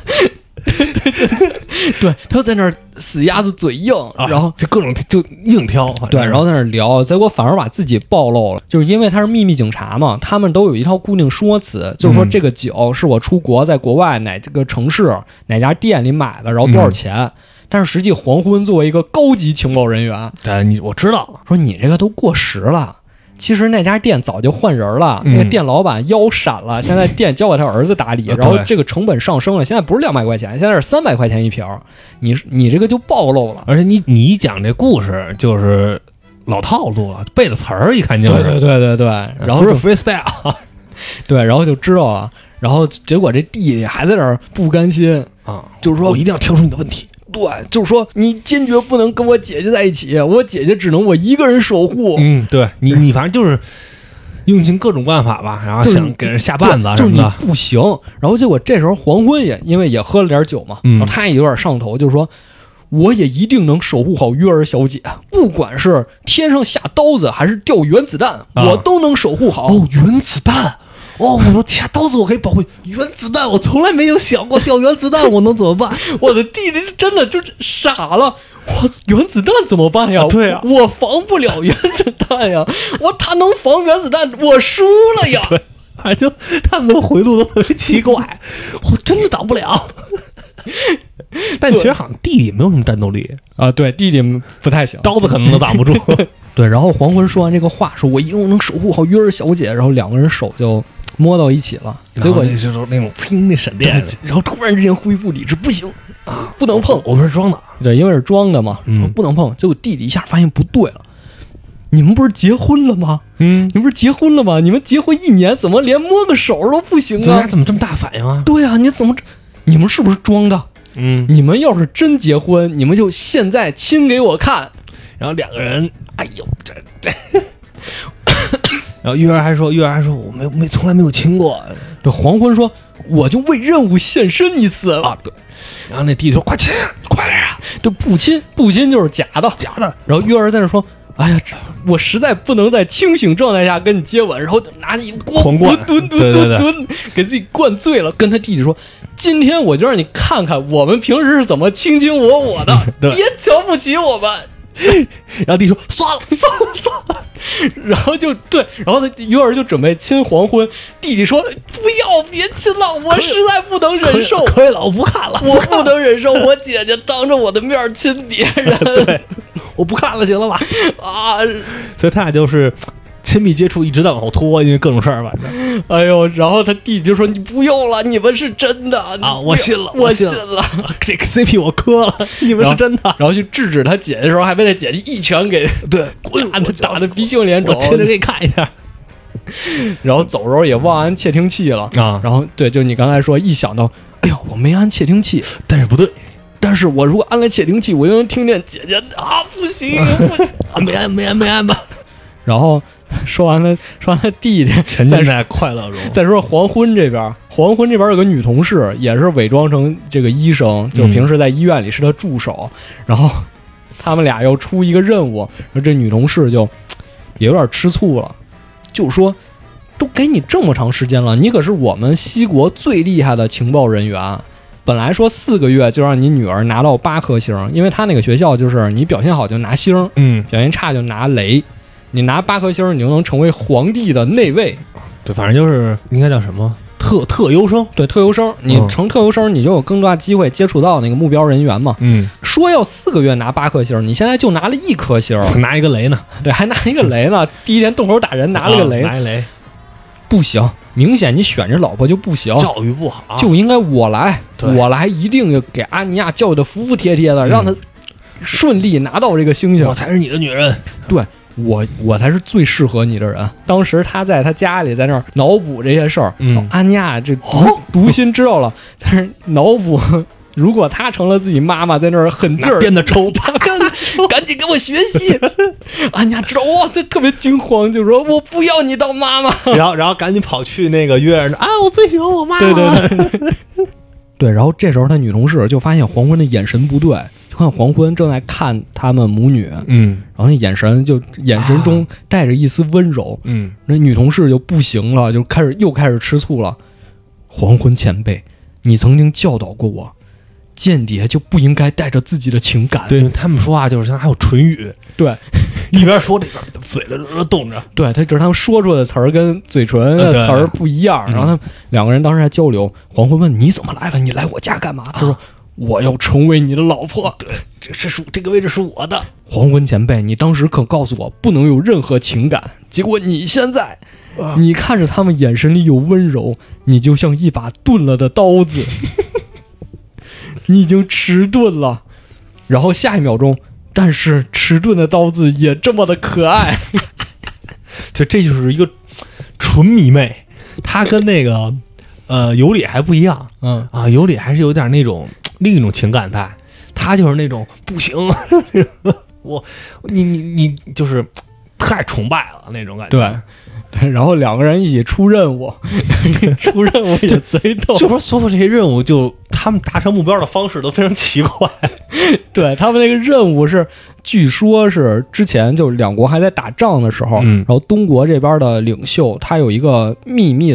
对，他就在那儿死鸭子嘴硬，然后就各种就硬挑， 对，然后在那儿聊，结果反而把自己暴露了。就是因为他是秘密警察嘛，他们都有一套固定说辞，就是说这个酒是我出国在国外哪个城市哪家店里买的，然后多少钱。但是实际黄昏作为一个高级情报人员， 我知道了， 说你这个都过时了。其实那家店早就换人了，那个店老板腰闪了，现在店交给他儿子打理，然后这个成本上升了，现在不是200块钱，现在是300块钱一瓶。你这个就暴露了， 而且你讲这故事就是老套路了，背的词儿一看就是， 对，然后不是 freestyle， 对，然后就知道了，然后结果这弟弟还在那儿不甘心啊， 就是说我一定要挑出你的问题。 对，就是说你坚决不能跟我姐姐在一起，我姐姐只能我一个人守护。 对你反正就是用尽各种办法吧，然后想给人下绊子什么的， 就是你不行。然后结果这时候黄昏因为也喝了点酒嘛，然后他也有点上头，就是说我也一定能守护好约儿小姐，不管是天上下刀子还是掉原子弹，我都能守护好。 原子弹。 我说下刀子我可以保护原子弹，我从来没有想过掉原子弹我能怎么办。 我的弟弟真的就是傻了，我原子弹怎么办呀？ 对啊， 我防不了原子弹呀，他能防原子弹，我输了呀。 对，就他们的回路都特别奇怪，我真的挡不了。但其实好像弟弟没有什么战斗力啊，对，弟弟不太行， 刀子可能都挡不住。 对，然后黄昏说完这个话，说我一定能守护好约尔小姐，然后两个人手就摸到一起了，结果就是那种轻那闪电， 然后突然之间恢复理智，不行啊，不能碰， 我们是装的， 对，因为是装的嘛，不能碰。结果弟弟一下发现不对了，你们不是结婚了吗？你们不是结婚了吗？你们结婚1年，怎么连摸个手都不行啊？ 怎么这么大反应啊？ 对啊，你们是不是装的？你们要是真结婚，你们就现在亲给我看。 然后两个人，哎呦，这，然后月儿还说我没从来没有亲过。 这黄昏说我就为任务献身一次啊，对。然后那弟弟说快亲，快点啊！ 这不亲就是假的。然后月儿在那说，哎呀，我实在不能在清醒状态下跟你接吻，然后拿起狂灌， 蹲，给自己灌醉了，跟他弟弟说，今天我就让你看看我们平时是怎么卿我的，别瞧不起我们。 然后弟说算了， 然后就对，然后他约儿就准备亲黄昏，弟弟说不要，别亲了，我实在不能忍受。 可以了，我不看了， 我不能忍受我姐姐当着我的面亲别人。 对，我不看了，行了吧？ 啊， 所以他俩就是亲密接触一直在往后拖，因为各种事儿，反正， 哎呦，然后他弟弟就说：“你不用了，你们是真的啊！我信了， 我信了， 这个 CP 我磕了，你们是真的。” 然后去制止他姐姐的时候，还被他姐姐一拳给打的鼻青脸肿， 我亲着给你看一下。 然后走时候也忘安窃听器了啊！ 然后对，就你刚才说，一想到，哎呦，我没安窃听器， 但是不对。 但是我如果安了窃听器，我又能听见姐姐啊，不行， 没安吧。 然后说完了弟弟沉浸在快乐中。 再说黄昏这边有个女同事，也是伪装成这个医生，就平时在医院里是他助手。然后他们俩要出一个任务，然后这女同事就也有点吃醋了，就说都给你这么长时间了，你可是我们西国最厉害的情报人员。本来说4个月就让你女儿拿到8颗星，因为他那个学校就是你表现好就拿星，表现差就拿雷。你拿8颗星，你就能成为皇帝的内卫。 对，反正就是应该叫什么特优生。 对，特优生，你成特优生，你就有更大机会接触到那个目标人员嘛。说要4个月拿8颗星，你现在就拿了1颗星， 拿一个雷呢。 对，还拿一个雷呢。第一天动手打人拿了个雷， 拿一雷， 不行，明显你选这老婆就不行， 教育不好， 就应该我来，一定要给阿尼亚教育的服服帖帖的，让他顺利拿到这个星星。 我才是你的女人。 对。我才是最适合你的人。当时他在他家里在那儿脑补这些事儿，安妮亚这读心知道了，在那儿脑补，如果他成了自己妈妈，在那儿狠劲儿编的抽， 赶紧跟我学习。安妮亚知道哇，这特别惊慌，就说我不要你当妈妈， 然后赶紧跑去那个约啊，我最喜欢我妈妈。 对。对，然后这时候他女同事就发现黄昏的眼神不对，就看黄昏正在看他们母女，然后那眼神中带着一丝温柔，那女同事就不行了，就又开始吃醋了。黄昏前辈，你曾经教导过我，间谍就不应该带着自己的情感。 对，他们说话就是像还有唇语， 对， 一边说这边嘴了动着。 对，他就是他们说出的词儿跟嘴唇的词儿不一样。然后他们两个人当时还交流。黄昏问你怎么来了？你来我家干嘛？他说我要成为你的老婆。 对，这个位置是我的。 黄昏前辈，你当时可告诉我不能有任何情感，结果你现在，你看着他们眼神里有温柔，你就像一把钝了的刀子。你已经迟钝了，然后下一秒钟，但是迟钝的刀子也这么的可爱。 对，这就是一个纯迷妹，她跟那个尤里还不一样，尤里还是有点那种另一种情感在，她就是那种不行，你就是太崇拜了那种感觉。 对，然后两个人一起出任务，出任务也贼逗。 就说所有这些任务，就他们达成目标的方式都非常奇怪。 对，他们那个任务是，据说是之前就两国还在打仗的时候，然后东国这边的领袖他有一个秘密的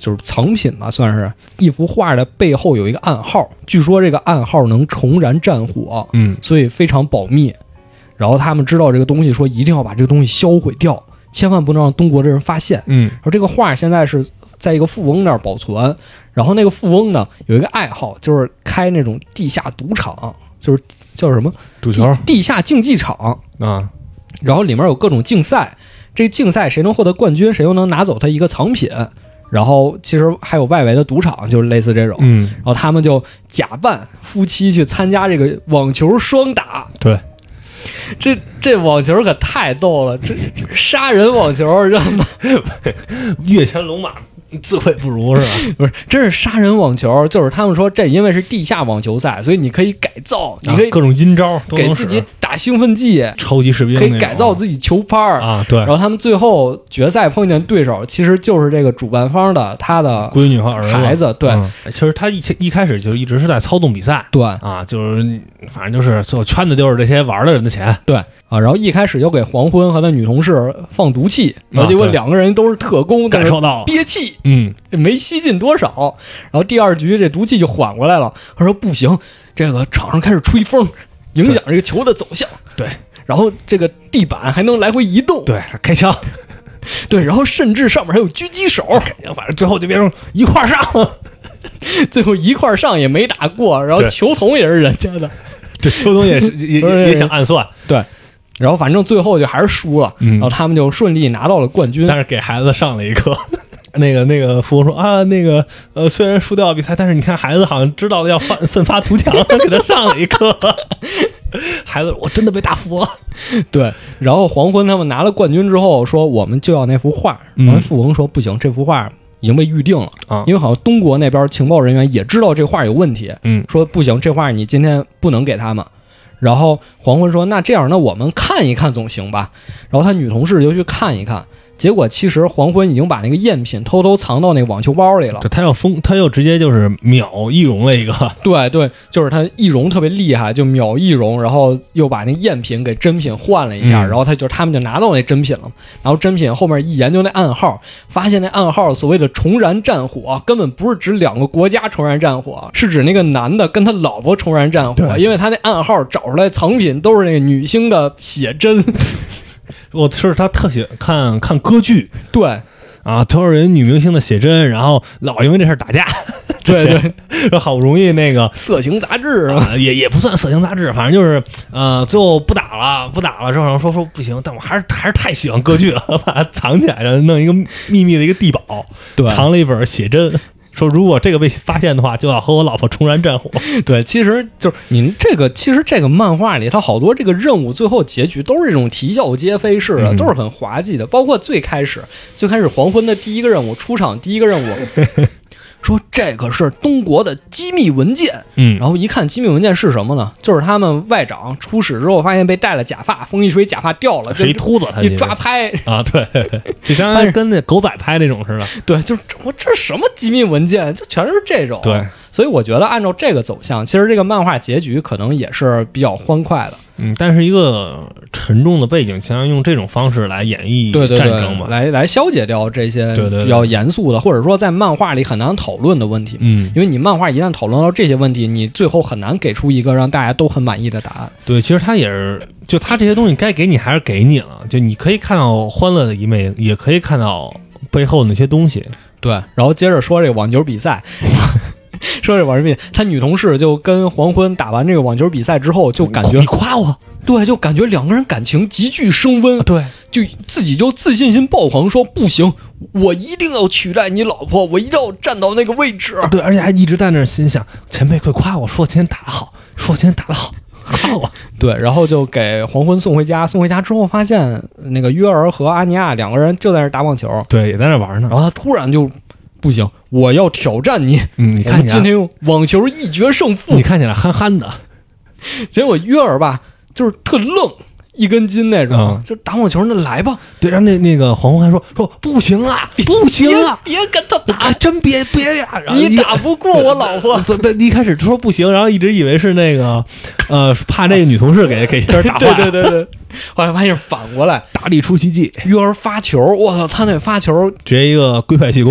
就是藏品吧，算是一幅画的背后有一个暗号，据说这个暗号能重燃战火，所以非常保密。然后他们知道这个东西，说一定要把这个东西销毁掉，千万不能让东国的人发现。说这个画现在是在一个富翁那儿保存，然后那个富翁呢有一个爱好，就是开那种地下赌场，就是叫什么赌球地下竞技场啊， 然后里面有各种竞赛，这竞赛谁能获得冠军，谁又能拿走他一个藏品。然后其实还有外围的赌场，就是类似这种。然后他们就假扮夫妻去参加这个网球双打。 对， 这网球可太逗了，这杀人网球，知道吗？ 跃前龙马，自愧不如是吧？ 不是，真是杀人网球，就是他们说这因为是地下网球赛，所以你可以改造，你可以各种阴招给自己打兴奋剂， 超级士兵可以改造自己球拍啊。对， 然后他们最后决赛碰见对手，其实就是这个主办方的他的闺女和孩子。对， 其实他一开始就一直是在操纵比赛。 对啊，就是反正就是最后圈的就是这些玩的人的钱。 对啊，然后一开始就给黄昏和他女同事放毒气，然后结果两个人都是特工， 感受到了憋气，没吸进多少。然后第二局这毒气就缓过来了，他说不行，这个场上开始吹风，影响这个球的走向。 对， 然后这个地板还能来回移动。 对，开枪。 对，然后甚至上面还有狙击手， 反正最后就变成一块上， 最后一块上也没打过，然后球童也是人家的， 对，球童也是也想暗算， 对，然后反正最后就还是输了，然后他们就顺利拿到了冠军， 但是给孩子上了一课。那个富翁说啊，虽然输掉了比赛，但是你看孩子好像知道了要奋发图强，给他上了一课。孩子，我真的被打服了。 对，然后黄昏他们拿了冠军之后说，我们就要那幅画。然后富翁说不行，这幅画已经被预定了啊，因为好像东国那边情报人员也知道这画有问题。说不行，这画你今天不能给他们。然后黄昏说，那这样，那我们看一看总行吧。然后他女同事就去看一看。结果其实黄昏已经把那个赝品偷偷藏到那个网球包里了。 他又直接就是秒易容了一个。 对对，就是他易容特别厉害，就秒易容，然后又把那赝品给真品换了一下，然后他们就拿到那真品了。然后真品后面一研究那暗号，发现那暗号所谓的重燃战火根本不是指两个国家重燃战火，是指那个男的跟他老婆重燃战火，因为他那暗号找出来藏品都是那个女星的写真。 我是他特喜欢看歌剧， 对啊，都是人女明星的写真，然后老因为这事打架， 对对，好不容易那个色情杂志也不算色情杂志，反正就是最后不打了之后说不行，但我还是太喜欢歌剧了，把它藏起来了，弄一个秘密的一个地堡， 对， 藏了一本写真。说如果这个被发现的话，就要和我老婆重燃战火。 对，其实就是您其实这个漫画里，它好多这个任务最后结局都是这种啼笑皆非式的，都是很滑稽的。包括最开始黄昏的第一个任务，出场第一个任务。说这个是东国的机密文件，然后一看机密文件是什么呢？就是他们外长出使之后发现被戴了假发，风一吹假发掉了， 是一秃子，他一抓拍啊，对，就相当于跟那狗仔拍那种似的。 对，就是这什么机密文件，就全是这种。 对， 所以我觉得按照这个走向，其实这个漫画结局可能也是比较欢快的。 但是一个沉重的背景，想要用这种方式来演绎战争嘛， 来消解掉这些比较严肃的，或者说在漫画里很难讨论的问题。因为你漫画一旦讨论到这些问题，你最后很难给出一个让大家都很满意的答案。 对，其实他也是，就他这些东西该给你还是给你了，就你可以看到欢乐的一面，也可以看到背后的那些东西。 对，然后接着说这个网球比赛。说这网球比赛，他女同事就跟黄昏打完这个网球比赛之后，就感觉你夸我， 对，就感觉两个人感情急剧升温， 对， 就自己就自信心爆棚，说不行，我一定要取代你老婆，我一定要站到那个位置。 对，而且还一直在那心想，前辈快夸我，说我今天打得好，说我今天打得好，夸我。 对，然后就给黄昏送回家，送回家之后发现那个约尔和阿尼亚两个人就在那打网球， 对，也在那玩呢。 然后他突然就。不行，我要挑战你。 你看， 今天用网球一决胜负。 你看起来憨憨的， 结果约尔吧，就是特愣，一根筋那种，就打网球那来吧。 对，然后那个黄昏还说不行啊，不行啊， 别跟他打， 真别呀！ 你打不过我老婆。 一开始说不行，然后一直以为是那个怕这个女同事给约尔打坏。 对，后来发现反过来， 大力出奇迹， 约尔发球，我操，他那发球直接一个龟派气功。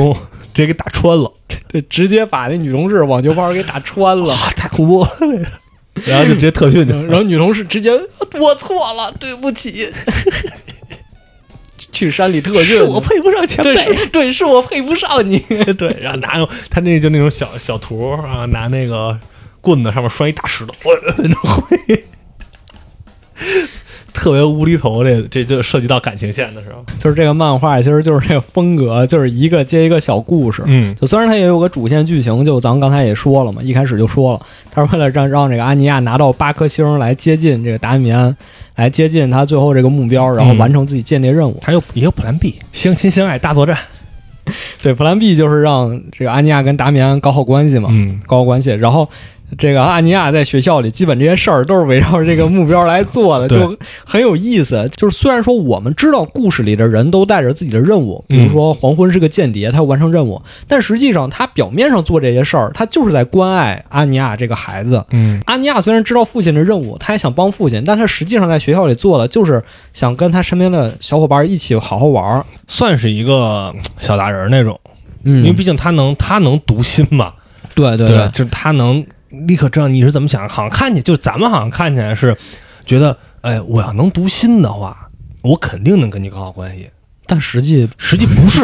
直接给打穿了， 对，直接把那女同事网球拍给打穿了， 太恐怖了。然后就直接特训去， 然后女同事直接我错了，对不起。去山里特训， 是我配不上前辈， 对，是我配不上你。 对，然后拿他那就那种小图啊，拿那个棍子上面拴一大石头，特别无厘头。这就涉及到感情线的时候， 就是这个漫画其实就是这个风格，就是一个接一个小故事。就虽然它也有个主线剧情，就咱们刚才也说了嘛，一开始就说了，他是为了让这个安妮亚拿到8颗星来接近这个达米安，来接近他最后这个目标，然后完成自己间谍任务。 还有一个普兰 B， 相亲相爱大作战。 对，普兰 B 就是让这个安妮亚跟达米安搞好关系嘛，搞好关系，然后。这个安妮亚在学校里基本这些事儿都是围绕着这个目标来做的，就很有意思。就是虽然说我们知道故事里的人都带着自己的任务，比如说黄昏是个间谍，他要完成任务，但实际上他表面上做这些事儿，他就是在关爱安妮亚这个孩子。安妮亚虽然知道父亲的任务，他也想帮父亲，但他实际上在学校里做的就是想跟他身边的小伙伴一起好好玩， 算是一个小大人那种。因为毕竟他能读心嘛。 对， 就是他能立刻知道你是怎么想，好像看起来就咱们好像看起来是觉得，哎，我要能读心的话，我肯定能跟你搞好关系， 但实际不是，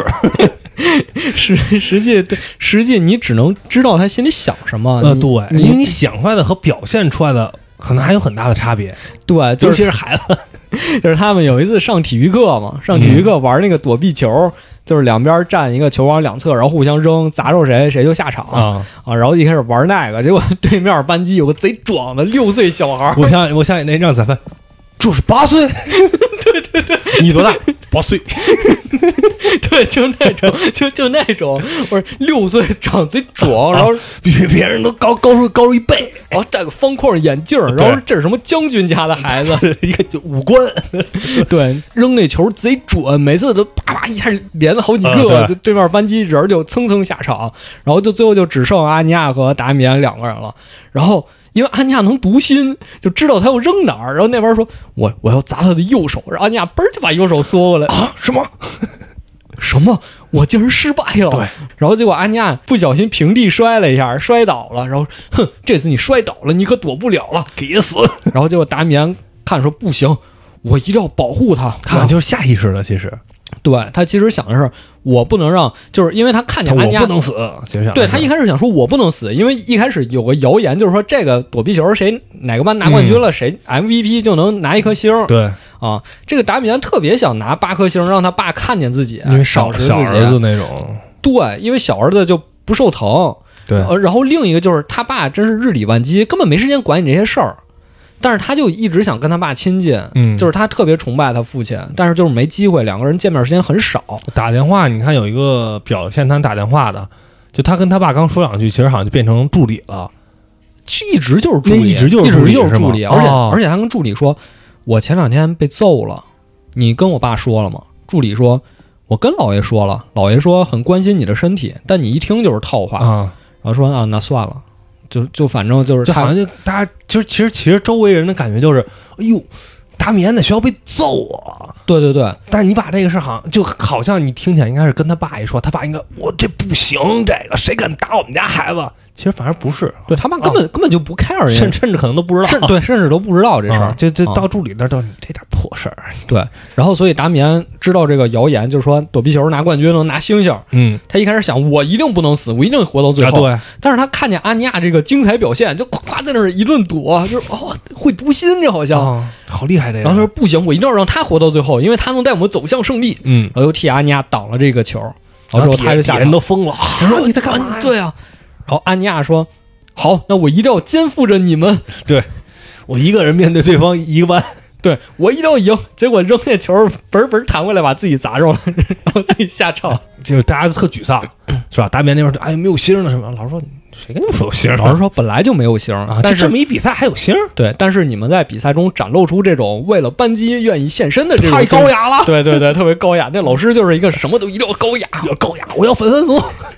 实际你只能知道他心里想什么。 对，因为你想出来的和表现出来的可能还有很大的差别。 对， 尤其是孩子， 就是他们有一次上体育课嘛，上体育课玩那个躲避球。就是两边站一个球往两侧，然后互相扔，砸着谁就下场然后一开始玩那个，结果对面班级有个贼壮的6岁小孩。 我想那让咱们就是8岁。对，你多大？8岁。 对，就那种，不是6岁长贼壮，然后比别人都高出1倍， 然后戴个方框眼镜，然后这是什么将军家的孩子， 一个就5官。 对，扔那球贼准，每次都啪啪一下连了好几个，就对面班级人就蹭下场，然后就最后就只剩阿尼亚和达米安2个人了，然后。因为安妮亚能读心，就知道他要扔哪儿，然后那边说我要砸他的右手，然后安妮亚嘣就把右手缩过来啊！ 什么？我竟然失败了！ 对， 然后结果安妮亚不小心平地摔了一下，摔倒了，然后这次你摔倒了，你可躲不了了， 给死！ 然后结果达米安看说不行，我一定要保护他， 他就是下意识的，其实。 对，他其实想的是我不能让，就是因为他看见安妮亚我不能死，其实对他一开始想说我不能死，因为一开始有个谣言就是说这个躲避球谁哪个班拿冠军了，谁 MVP 就能拿1颗星。 对啊，这个达米安特别想拿8颗星，让他爸看见自己， 因为小儿子那种。 对，因为小儿子就不受疼。 对， 然后另一个就是他爸真是日理万机，根本没时间管你这些事儿。但是他就一直想跟他爸亲近，就是他特别崇拜他父亲，但是就是没机会，2个人见面时间很少。 打电话，你看有一个表现他打电话的，就他跟他爸刚说2句，其实好像就变成助理了， 一直就是助理， 一直就是助理， 而且他跟助理说，我前2天被揍了，你跟我爸说了吗？助理说，我跟老爷说了，老爷说很关心你的身体，但你一听就是套话啊， 然后说啊，那算了。就反正就是， 就好像就大家其实周围人的感觉就是，哎呦，达米安在学校被揍啊！ 对， 但是你把这个事好像你听起来应该是跟他爸一说，他爸应该我这不行，这个谁敢打我们家孩子？其实反而不是， 对他爸根本就不 care， 甚至可能都不知道， 甚至都不知道这事儿， 就到助理那儿都你这点破事儿。 对，然后所以达米安知道这个谣言，就是说躲避球拿冠军能拿星星，他一开始想我一定不能死，我一定活到最后。 对， 但是他看见安妮亚这个精彩表现，就夸夸在那儿一顿躲，就是会读心，这好像好厉害这个。 然后他说不行，我一定要让他活到最后，因为他能带我们走向胜利。然后又替安妮亚挡了这个球，然后之后他就下人都疯了， 他说你在干嘛？对啊，然后安妮亚说。好，那我一定要肩负着你们。 对，我一个人面对对方一个班， 对我一定要赢。结果扔那球嘣弹回来，把自己砸着了，然后自己下场， 就是大家都特沮丧，是吧？达米安那边哎没有星了什么？老师说谁跟你们说有星？ 老师说本来就没有星啊， 但是这么一比赛还有星？ 对，但是你们在比赛中展露出这种为了班级愿意献身的这种太高雅了。 对，特别高雅。那老师就是一个什么都一定要高雅， 要高雅，我要粉丝组。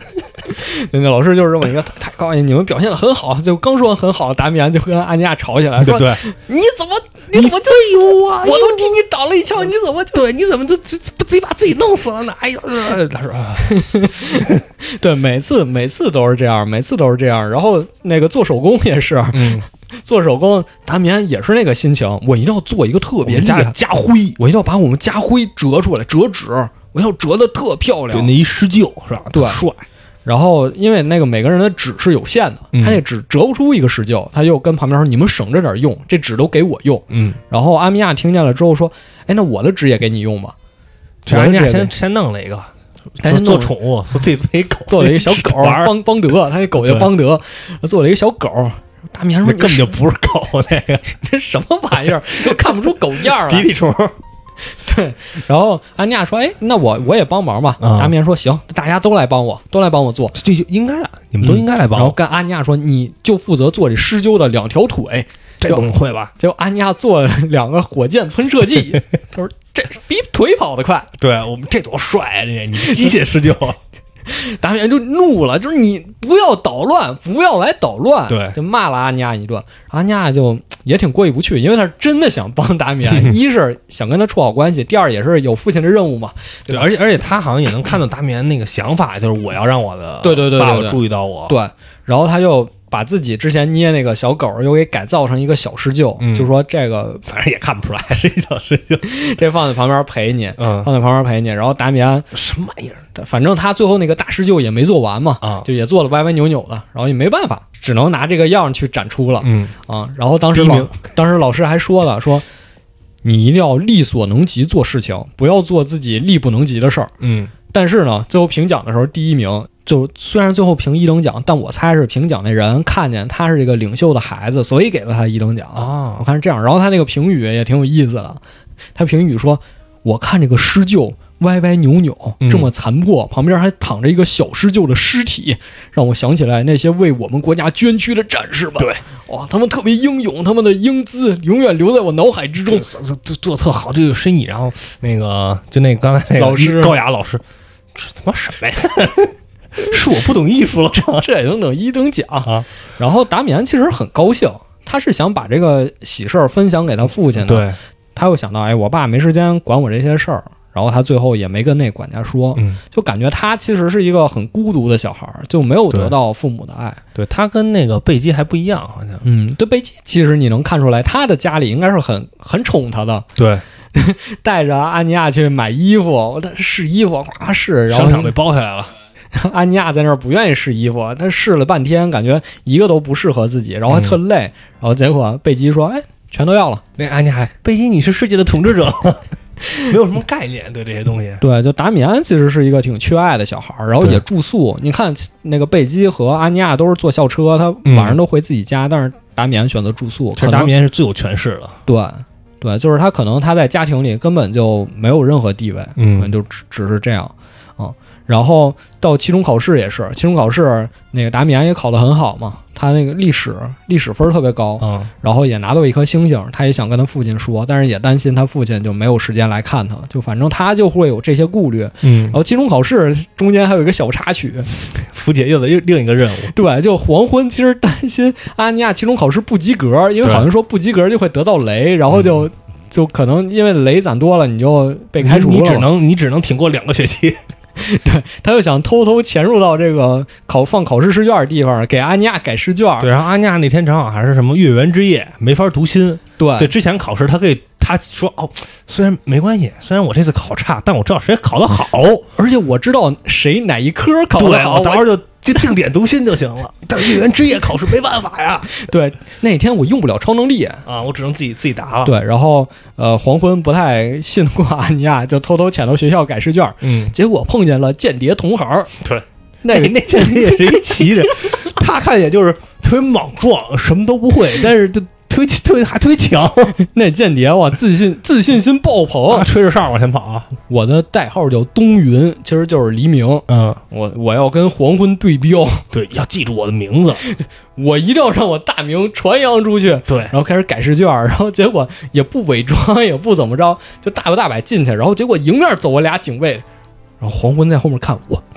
那老师就是这么一个太高兴，你们表现的很好，就刚说很好，达米安就跟安妮亚吵起来， 对对， 你怎么就废物啊？我都替你挡了一枪，你怎么你怎么就自己把自己弄死了呢？哎呦，他说， 对，每次都是这样，每次都是这样。然后那个做手工也是，做手工，达米安也是那个心情，我一定要做一个特别厉害家徽， 我一定要把我们家徽折出来，折纸，我要折的特漂亮， 对，那一施救是吧？ 对， 帅。 然后因为那个每个人的纸是有限的，他那纸折不出一个施救，他就跟旁边说：“你们省着点用，这纸都给我用。”然后阿米亚听见了之后说：“哎，那我的纸也给你用吧。” 阿米亚先弄了一个。做宠物，自己做一狗， 做了一个小狗，邦德，他那狗叫邦德，做了一个小狗。大米安说：“ 根本就不是狗，那个这什么玩意儿，都看不出狗样了， 鼻涕虫。” 对，然后安妮亚说：“哎，那我也帮忙吧。”达米安说：“行，大家都来帮我做， 这就应该了，你们都应该来帮我。” 然后跟安妮亚说：“你就负责做这施救的2条腿。” 这东西会吧？ 结果安妮亚做了2个火箭喷射器，他说：“这比腿跑得快。” 对我们这多帅啊！你机械施救。 达米安就怒了，就是你不要捣乱，不要来捣乱， 对， 就骂了阿尼亚一顿。阿尼亚就也挺过意不去，因为他是真的想帮达米安，一是想跟他处好关系，第二也是有父亲的任务嘛。 对，而且他好像也能看到达米安那个想法，就是我要让我的爸爸注意到我。 对，然后他就把自己之前捏那个小狗又给改造成一个小施救，就说这个反正也看不出来是一小施救， 这放在旁边陪你，放在旁边陪你。然后达米安什么玩意儿？ 反正他最后那个大施救也没做完嘛，就也做了歪歪扭扭的，然后也没办法，只能拿这个样去展出了。然后当时老师还说了，说你一定要力所能及做事情，不要做自己力不能及的事儿。但是呢，最后评奖的时候，第1名就虽然最后评1等奖，但我猜是评奖那人看见他是这个领袖的孩子，所以给了他1等奖啊。我看是这样。然后他那个评语也挺有意思的，他评语说：“我看这个施救歪歪扭扭，这么残破，旁边还躺着一个小施救的尸体，让我想起来那些为我们国家捐躯的战士们。 对， 哇，他们特别英勇，他们的英姿永远留在我脑海之中， 做特好，这个深意。然后那个就那刚才那个老师高雅老师。”这他妈什么呀？是我不懂艺术了， 这也能等1等奖啊！然后达米安其实很高兴，他是想把这个喜事儿分享给他父亲的。 对， 他又想到，哎，我爸没时间管我这些事儿，然后他最后也没跟那管家说，就感觉他其实是一个很孤独的小孩，就没有得到父母的爱。 对，他跟那个贝基还不一样，好像。 对，贝基其实你能看出来，他的家里应该是很宠他的。 对。 带着安妮亚去买衣服，他试衣服，试，然后商场被包下来了。 安妮亚在那儿不愿意试衣服，他试了半天，感觉一个都不适合自己，然后还特累，然后结果贝基说：“哎，全都要了。” 那安妮亚，贝基你是世界的统治者，没有什么概念对这些东西。 对，就达米安其实是一个挺缺爱的小孩，然后也住宿。你看那个贝基和安妮亚都是坐校车，他晚上都回自己家，但是达米安选择住宿。 可能达米安是最有权势的。 对，就是他可能他在家庭里根本就没有任何地位，就只是这样啊。然后到期中考试也是，期中考试那个达米安也考得很好嘛，他那个历史分特别高，然后也拿到1颗星星，他也想跟他父亲说，但是也担心他父亲就没有时间来看他，就反正他就会有这些顾虑。然后期中考试中间还有一个小插曲， 福姐又的另一个任务。 对，就黄昏其实担心阿尼亚期中考试不及格，因为好像说不及格就会得到雷，然后就可能因为雷攒多了你就被开除了， 你只能挺过2个学期。 对，他就想偷偷潜入到这个放考试试卷的地方，给阿尼亚改试卷。 对，然后阿尼亚那天正好还是什么月圆之夜，没法读心。对，之前考试他说虽然没关系，虽然我这次考差，但我知道谁考得好， 而且我知道谁哪一科考得好， 我到时候就定点读心就行了。但是月圆之夜考试没办法呀。 对，那天我用不了超能力啊，我只能自己答了。 对，然后黄昏不太信得过阿尼亚，就偷偷潜到学校改试卷。结果碰见了间谍同行。 对，那间谍也是一奇人，他看起来就是特别莽撞，什么都不会，但是就还特别强。 那间谍哇，自信心爆棚， 吹着哨往前跑。 我的代号叫东云，其实就是黎明。我要跟黄昏对标。 对，要记住我的名字， 我一定要让我大名传扬出去。 对， 然后开始改试卷，然后结果也不伪装，也不怎么着，就大摇大摆进去，然后结果迎面走了俩警卫。然后黄昏在后面看，我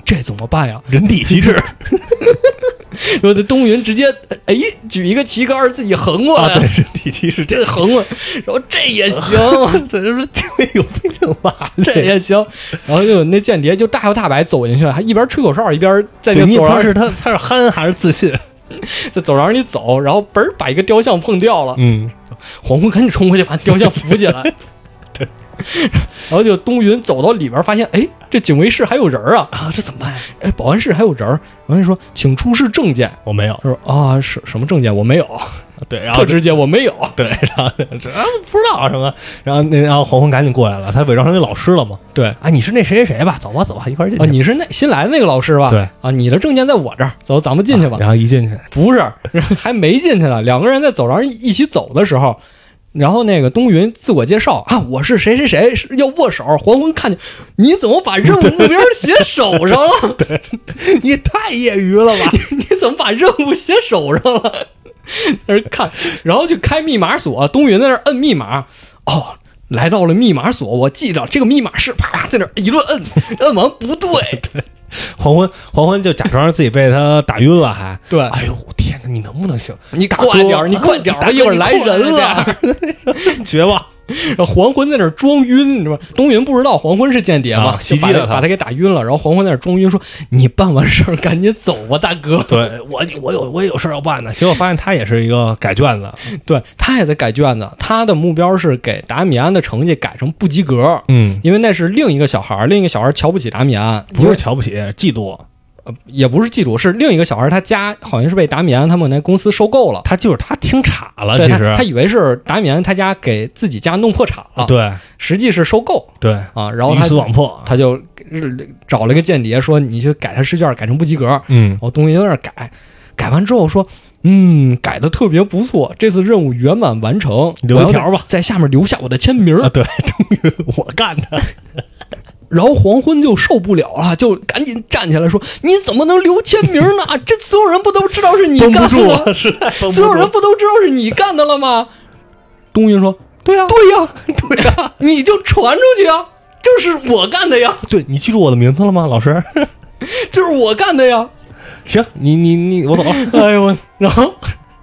这怎么办呀？ 人体旗帜。 说这东云直接举一个旗杆自己横过来， 对，人体旗帜这横过来，然后这也行， 这是这有病吧？ 这也行。然后就有那间谍就大摇大摆走进去，还一边吹口哨一边在那走廊是他是憨还是自信？ 在走廊里走，然后嘣把一个雕像碰掉了，黄昏赶紧冲过去把雕像扶起来。 对， 然后就东云走到里边，发现这警卫室还有人啊！ 这怎么办呀？ 保安室还有人。保安说：“请出示证件。” 我没有。 他说：“什么证件？我没有。” 对，然后特直接，我没有。 对，然后不知道什么，然后黄昏赶紧过来了，他伪装成那老师了嘛？ 对， 你是那谁谁谁吧？走吧，一块进去。 你是那新来的那个老师吧？ 对你的证件在我这儿，走，咱们进去吧。 然后一进去， 不是，还没进去呢。两个人在走廊一起走的时候。然后那个东云自我介绍我是谁谁谁，要握手。黄昏看见你怎么把任务目标写手上了？ 对，你也太业余了吧？ 你怎么把任务写手上了？在那看，然后就开密码锁，东云在那摁密码。来到了密码锁，我记着这个密码是啪在那一顿摁完不对。 对，黄昏就假装自己被他打晕了，还对。 哎呦天哪，你能不能行？ 你快点，你快点，一会儿来人了， 绝望。 然后黄昏在那装晕，你知道吗？东云不知道黄昏是间谍嘛， 袭击了把他给打晕了。然后黄昏在那装晕说：“你办完事儿赶紧走吧，大哥。” 对，我有事要办呢。结果发现他也是一个改卷子， 对他也在改卷子。他的目标是给达米安的成绩改成不及格。因为那是另一个小孩瞧不起达米安， 不是瞧不起，嫉妒。 也不是嫉妒，是另一个小孩，他家好像是被达米安他们那公司收购了。 他听岔了，其实他以为是达米安他家给自己家弄破产了， 对， 实际是收购， 对然后鱼死网破， 他就找了个间谍说：“你去改他试卷，改成不及格。”我东西有点改完之后说：“改的特别不错，这次任务圆满完成， 留一条吧， 在下面留下我的签名。” 对，终于我干的。 然后黄昏就受不了了，就赶紧站起来说：“你怎么能留签名呢？这所有人不都知道是你干的吗？所有人不都知道是你干的了吗？”东云说：“对呀，你就传出去啊，这是我干的呀。 对，你记住我的名字了吗，老师？ 这是我干的呀。 行，你我走了。 哎呦我，然后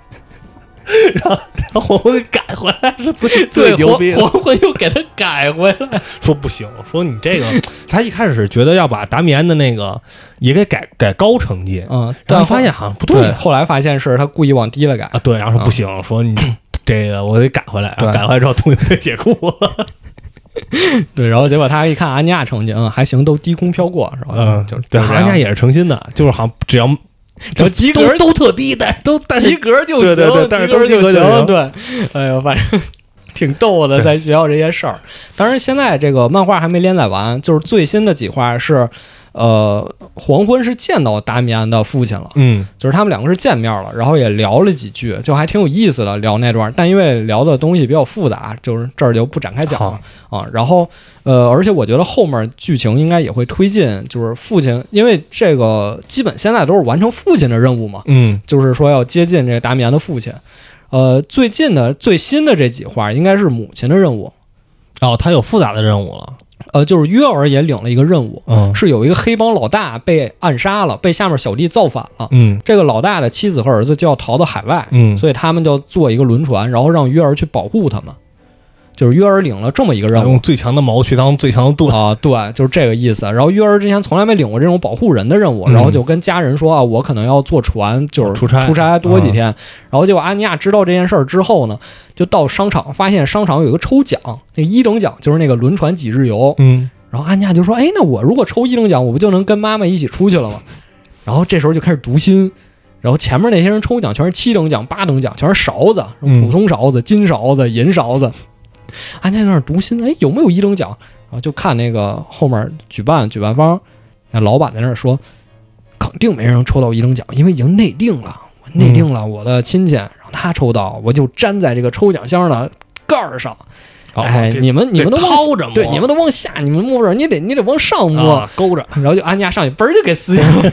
黄昏给改回来是最牛逼的。 黄昏又给他改回来， 说不行，说你这个，他一开始是觉得要把达米安的那个也给改高成绩，但发现好像不对， 后来发现是他故意往低了改对，然后说不行，说你这个我得改回来，改回来之后东西被解雇了。 对，然后结果他一看阿尼亚成绩，还行，都低空飘过，是吧？ 对，阿尼亚也是诚心的，就是好像只要及格都特低，但及格就行， 对，但是都及格就行。 对，哎呦，反正挺逗的，在学校这些事儿。当然，现在这个漫画还没连载完，就是最新的几话是，黄昏是见到达米安的父亲了，就是他们两个是见面了，然后也聊了几句，就还挺有意思的聊那段，但因为聊的东西比较复杂，就是这儿就不展开讲了然后而且我觉得后面剧情应该也会推进，就是父亲，因为这个基本现在都是完成父亲的任务嘛，就是说要接近这个达米安的父亲。最新的这几话应该是母亲的任务。 他有复杂的任务了。 就是约尔也领了一个任务，是有一个黑帮老大被暗杀了，被下面小弟造反了。这个老大的妻子和儿子就要逃到海外，所以他们就坐一个轮船，然后让约尔去保护他们。就是约尔领了这么一个任务， 用最强的矛去当最强的盾对，就是这个意思。然后约尔之前从来没领过这种保护人的任务，然后就跟家人说我可能要坐船，就是出差多几天。然后结果阿尼亚知道这件事儿之后呢，就到商场，发现商场有一个抽奖，那1等奖就是那个轮船几日游。然后阿尼亚就说：“那我如果抽1等奖，我不就能跟妈妈一起出去了吗？”然后这时候就开始读心。然后前面那些人抽奖全是7等奖、8等奖，全是勺子，普通勺子、金勺子、银勺子。安家在那儿读心，有没有1等奖？然后就看那个后面举办方，那老板在那儿说，肯定没人能抽到1等奖，因为已经内定了，我的亲戚让他抽到，我就粘在这个抽奖箱的盖儿上。你们都掏着摸， 对，你们都往下，你们摸着，你得往上摸， 勾着。 然后就安家上去，嘣就给撕下了。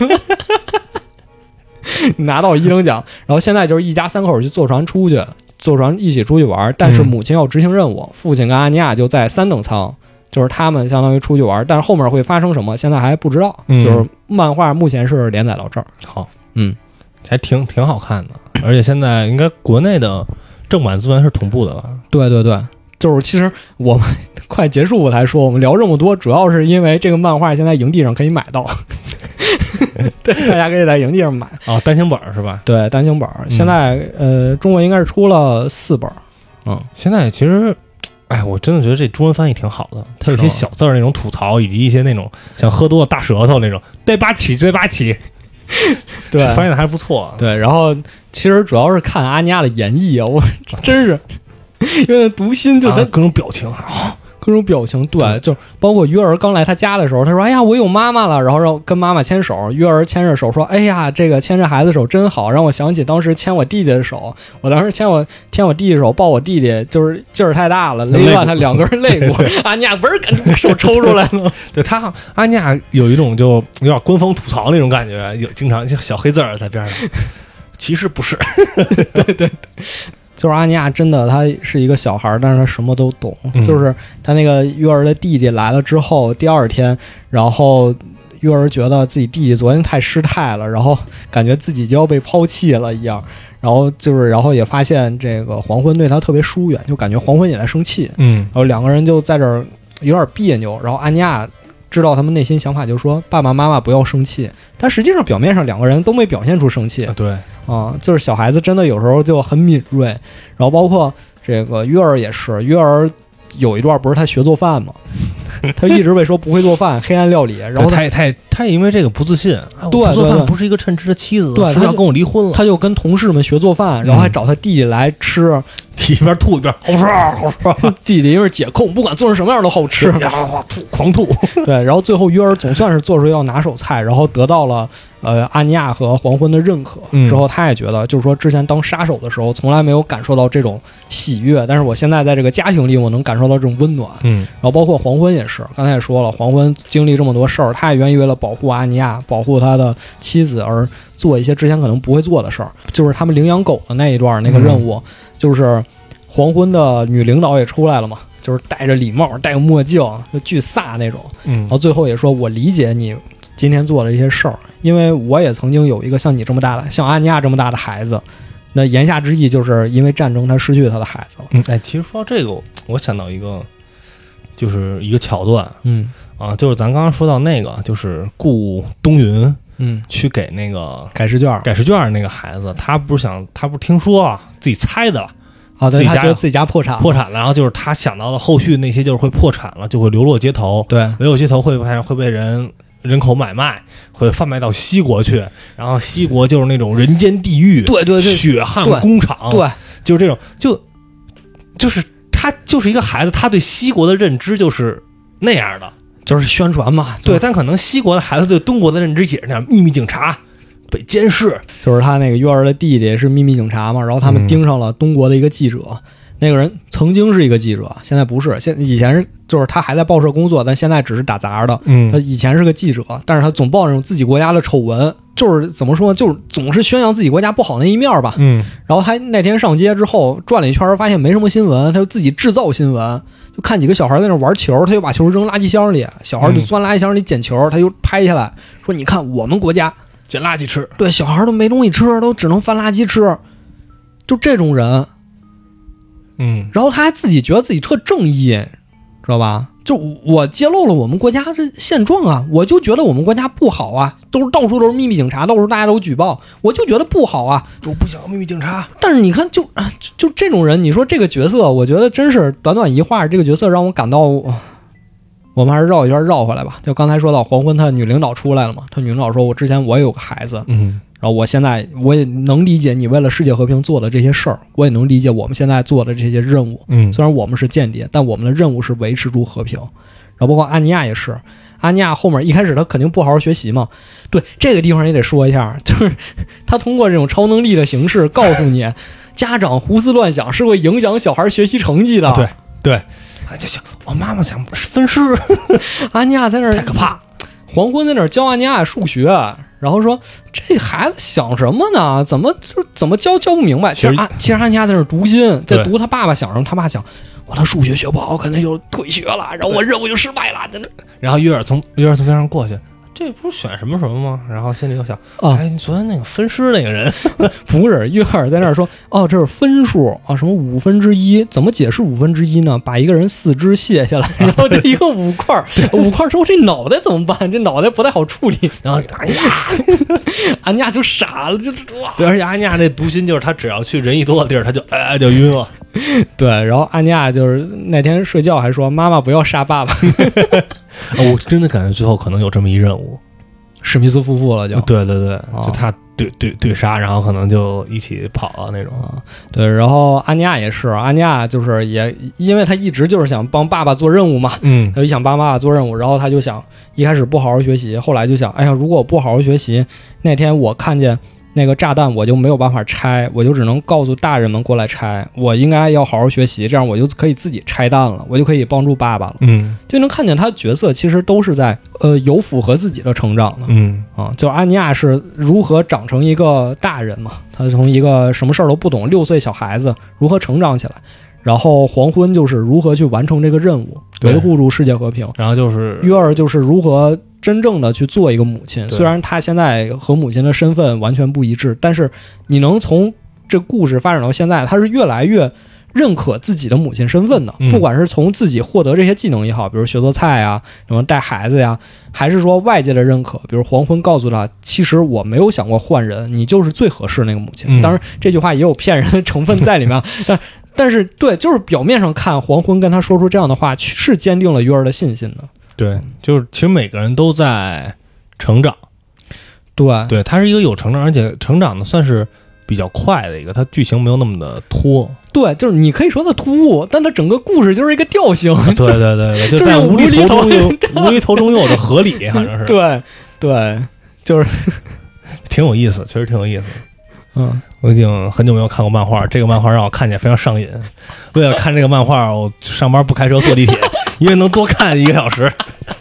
拿到1等奖，然后现在就是一家3口去坐船出去。坐船一起出去玩，但是母亲要执行任务，父亲跟阿尼亚就在3等舱， 就是他们相当于出去玩，但是后面会发生什么，现在还不知道。就是漫画目前是连载到这儿。 好，还挺好看的，而且现在应该国内的正版资源是同步的吧？ 对对对，就是其实我们快结束我才说，我们聊这么多，主要是因为这个漫画现在营地上可以买到。对，大家可以在营地上买单行本是吧？ 对，单行本。现在中国应该是出了4本。 现在其实，我真的觉得这中文翻译挺好的，它有些小字儿那种吐槽，以及一些那种像喝多了大舌头那种对吧起， 对， 翻译的还不错。 对，然后其实主要是看阿尼亚的演绎啊，我真是因为读心就各种表情各种表情，对，就包括约儿刚来他家的时候，他说：“哎呀，我有妈妈了。”然后让跟妈妈牵手，约儿牵着手说：“哎呀，这个牵着孩子手真好，让我想起当时牵我弟弟的手。我当时牵我弟弟的手，抱我弟弟，就是劲儿太大了，勒断他2根肋骨。阿尼亚不是赶紧把手抽出来了。 对他，阿尼亚有一种就有点官方吐槽那种感觉，有经常就小黑字儿在边上，其实不是。 对。就是阿尼亚真的，他是一个小孩，但是他什么都懂。就是他那个约儿的弟弟来了之后，第2天，然后约儿觉得自己弟弟昨天太失态了，然后感觉自己就要被抛弃了一样。然后也发现这个黄昏对他特别疏远，就感觉黄昏也在生气。然后2个人就在这儿有点别扭。然后阿尼亚知道他们内心想法，就说爸爸妈妈不要生气。但实际上表面上2个人都没表现出生气。 对。 就是小孩子真的有时候就很敏锐，然后包括这个约儿也是，约儿有一段不是他学做饭吗？他一直被说不会做饭，黑暗料理，然后他也因为这个不自信， 对， 不做饭不是一个称职的妻子， 对， 他要跟我离婚了， 他就跟同事们学做饭，然后还找他弟弟来吃， 一边吐一边好吃， 弟弟因为解控，不管做成什么样都好吃， 狂吐， 对，然后最后约儿总算是做出要拿手菜，然后得到了阿尼亚和黄昏的认可之后，他也觉得就是说之前当杀手的时候从来没有感受到这种喜悦，但是我现在在这个家庭里我能感受到这种温暖。然后包括黄昏也是，刚才也说了，黄昏经历这么多事儿，他也愿意为了保护阿尼亚，保护他的妻子而做一些之前可能不会做的事儿。就是他们领养狗的那一段那个任务，就是黄昏的女领导也出来了嘛，就是戴着礼帽戴个墨镜就巨飒那种。然后最后也说我理解你今天做的这些事儿，因为我也曾经有一个像你这么大的，像阿尼亚这么大的孩子。那言下之意就是因为战争他失去他的孩子了。 其实说到这个，我想到一个，就是一个桥段，就是咱刚刚说到那个，就是顾东云，去给那个改试卷那个孩子，他不是听说自己猜的啊，对，他觉得自己家破产了，然后就是他想到的后续那些就是会破产了，就会流落街头， 对， 流落街头会被人口买卖，会贩卖到西国去，然后西国就是那种人间地狱， 对， 血汗工厂， 对， 就是这种，就是他就是一个孩子，他对西国的认知就是那样的， 就是宣传嘛， 对，但可能西国的孩子对东国的认知也是那样，秘密警察被监视， 就是他那个约儿的弟弟是秘密警察嘛，然后他们盯上了东国的一个记者。那个人曾经是一个记者，现在不是，以前是就是他还在报社工作，但现在只是打杂的。他以前是个记者，但是他总报那种自己国家的丑闻，就是怎么说，就是总是宣扬自己国家不好那一面吧。然后他那天上街之后转了一圈，发现没什么新闻，他就自己制造新闻，就看几个小孩在那玩球，他就把球扔垃圾箱里，小孩就钻垃圾箱里捡球，他就拍下来说：“你看我们国家捡垃圾吃， 对，小孩都没东西吃，都只能翻垃圾吃。”就这种人。然后他还自己觉得自己特正义，知道吧？就我揭露了我们国家这现状啊，我就觉得我们国家不好啊，到处都是秘密警察，到处大家都举报，我就觉得不好啊， 我不想秘密警察。 但是你看，就这种人，你说这个角色，我觉得真是短短一话，这个角色让我感到，我们还是绕一圈绕回来吧。就刚才说到黄昏，他女领导出来了嘛，他女领导说，我之前我也有个孩子，然后我现在我也能理解你为了世界和平做的这些事儿，我也能理解我们现在做的这些任务。虽然我们是间谍，但我们的任务是维持住和平。然后包括阿尼亚也是，阿尼亚后面一开始他肯定不好好学习嘛。对，这个地方也得说一下，就是他通过这种超能力的形式告诉你，家长胡思乱想是会影响小孩学习成绩的。 对，就想我妈妈想分尸， 阿尼亚在那儿太可怕。 黄昏在那儿教安妮亚数学，然后说这孩子想什么呢？怎么教不明白？其实安妮亚在那儿读心，在读他爸爸想什么。他爸想，我的数学学不好，可能就退学了，然后我任务就失败了，真的。 然后约尔从边上过去。这不是选什么吗？然后心里又想，哎，你昨天那个分尸那个人， 不是约尔在那儿说，哦，这是分数啊，什么1/5？怎么解释1/5呢？把一个人4肢卸下来，然后这一个5块，5块之后这脑袋怎么办？这脑袋不太好处理。然后安妮亚就傻了，就是哇。 对，而且安妮亚这读心就是他只要去人一多的地儿，他就晕了。 对，然后安妮亚就是那天睡觉还说：“妈妈不要杀爸爸。” 我真的感觉最后可能有这么一任务， 史密斯夫妇了就。 对，就他对杀，然后可能就一起跑了那种。 对，然后安妮亚也是，安妮亚就是也因为他一直就是想帮爸爸做任务嘛，他就想帮爸爸做任务，然后他就想一开始不好好学习，后来就想，哎呀，如果我不好好学习，那天我看见那个炸弹我就没有办法拆，我就只能告诉大人们过来拆，我应该要好好学习，这样我就可以自己拆弹了，我就可以帮助爸爸了。就能看见他角色其实都是在有符合自己的成长的。就是安妮亚是如何长成一个大人嘛，他从一个什么事儿都不懂6岁小孩子如何成长起来，然后黄昏就是如何去完成这个任务，维护住世界和平， 然后就是约尔就是如何真正的去做一个母亲，虽然他现在和母亲的身份完全不一致，但是你能从这故事发展到现在，他是越来越认可自己的母亲身份的，不管是从自己获得这些技能也好，比如学做菜呀，什么带孩子呀，还是说外界的认可，比如黄昏告诉他，其实我没有想过换人，你就是最合适那个母亲。当然这句话也有骗人的成分在里面，但是对，就是表面上看黄昏跟他说出这样的话是坚定了约尔的信心的。 对，就是其实每个人都在成长。对，他是一个有成长，而且成长的算是比较快的一个，他剧情没有那么的拖。 对，就是你可以说它突兀，但它整个故事就是一个调性。 对，就在无厘头中又有着合理，反正是。 对，就是挺有意思，确实挺有意思。我已经很久没有看过漫画，这个漫画让我看起来非常上瘾。为了看这个漫画，我上班不开车坐地铁，因为能多看1个小时。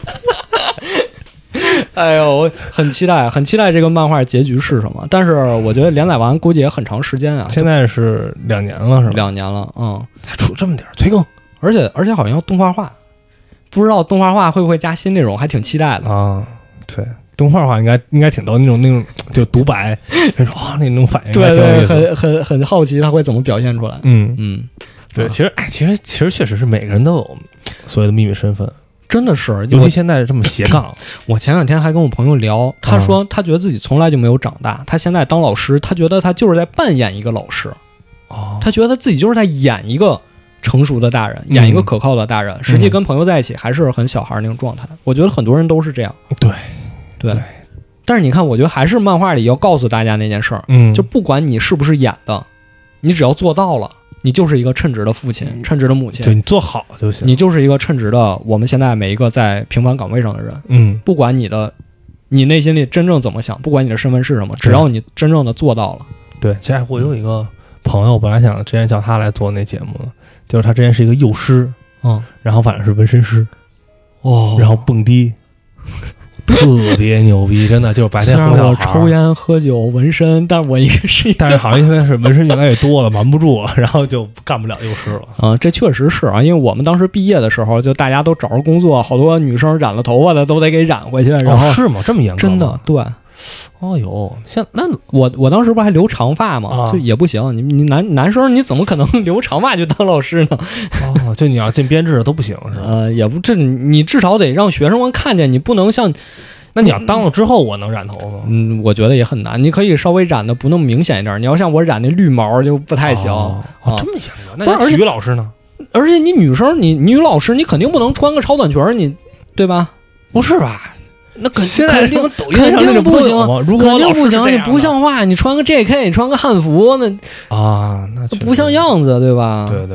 哎呦，我很期待这个漫画结局是什么。但是我觉得连载完估计也很长时间啊。 现在是2年了，是吧 ？2年了， 才出这么点催更， 而且好像要动画化，不知道动画化会不会加新内容，还挺期待的啊。对，动画化应该挺逗，那种就独白，那种反应， 对，很好奇他会怎么表现出来。 对，其实确实是每个人都有所谓的秘密身份。 真的是， 尤其现在这么斜杠。 我前2天还跟我朋友聊，他说他觉得自己从来就没有长大，他现在当老师，他觉得他就是在扮演一个老师。他觉得他自己就是在演一个成熟的大人，演一个可靠的大人，实际跟朋友在一起还是很小孩那种状态。我觉得很多人都是这样。对。但是你看，我觉得还是漫画里要告诉大家那件事儿，就不管你是不是演的，你只要做到了，你就是一个称职的父亲，称职的母亲。 对，你做好就行， 你就是一个称职的我们现在每一个在平凡岗位上的人。不管你内心里真正怎么想，不管你的身份是什么，只要你真正的做到了。 对，其实我有一个朋友，本来想之前叫他来做那节目的，就是他之前是一个幼师，然后反正是纹身师，然后蹦迪。特别牛逼，真的就是白天我抽烟喝酒纹身，但我但是好像因为是纹身越来越多了，瞒不住了，然后就干不了幼师了。 这确实是啊，因为我们当时毕业的时候，就大家都找着工作，好多女生染了头发的都得给染回去，然后是吗？这么严格？ 真的对。 那我当时不还留长发吗？就也不行，你男生你怎么可能留长发去当老师呢？ 就你要进编制都不行是吧？ 也不，这你至少得让学生们看见，你不能像。 那你要当了之后，我能染头发？ 我觉得也很难。你可以稍微染的不那么明显一点。你要像我染那绿毛就不太行。 这么严格？那体育老师呢？ 而且你女生，你女老师，你肯定不能穿个超短裙，你对吧？ 不是吧？ 那现在抖音上那种不行， 如果肯定不行，你不像话，你穿个 JK， 你穿个汉服，那不像样子，对吧？ 对，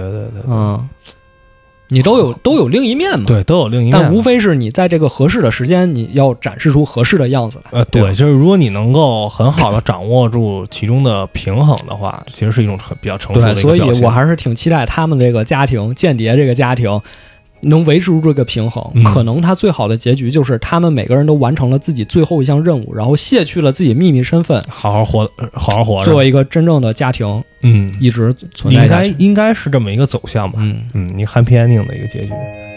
你都有另一面嘛？ 对，都有另一面， 但无非是你在这个合适的时间，你要展示出合适的样子来。 对，就是如果你能够很好的掌握住其中的平衡的话，其实是一种比较成熟的一个表现。 对，所以我还是挺期待他们这个家庭间谍这个家庭。 能维持住这个平衡，可能他最好的结局就是他们每个人都完成了自己最后一项任务，然后卸去了自己秘密身份， 好好活， 做一个真正的家庭，一直存在下去， 应该是这么一个走向吧，你 happy ending 的一个结局。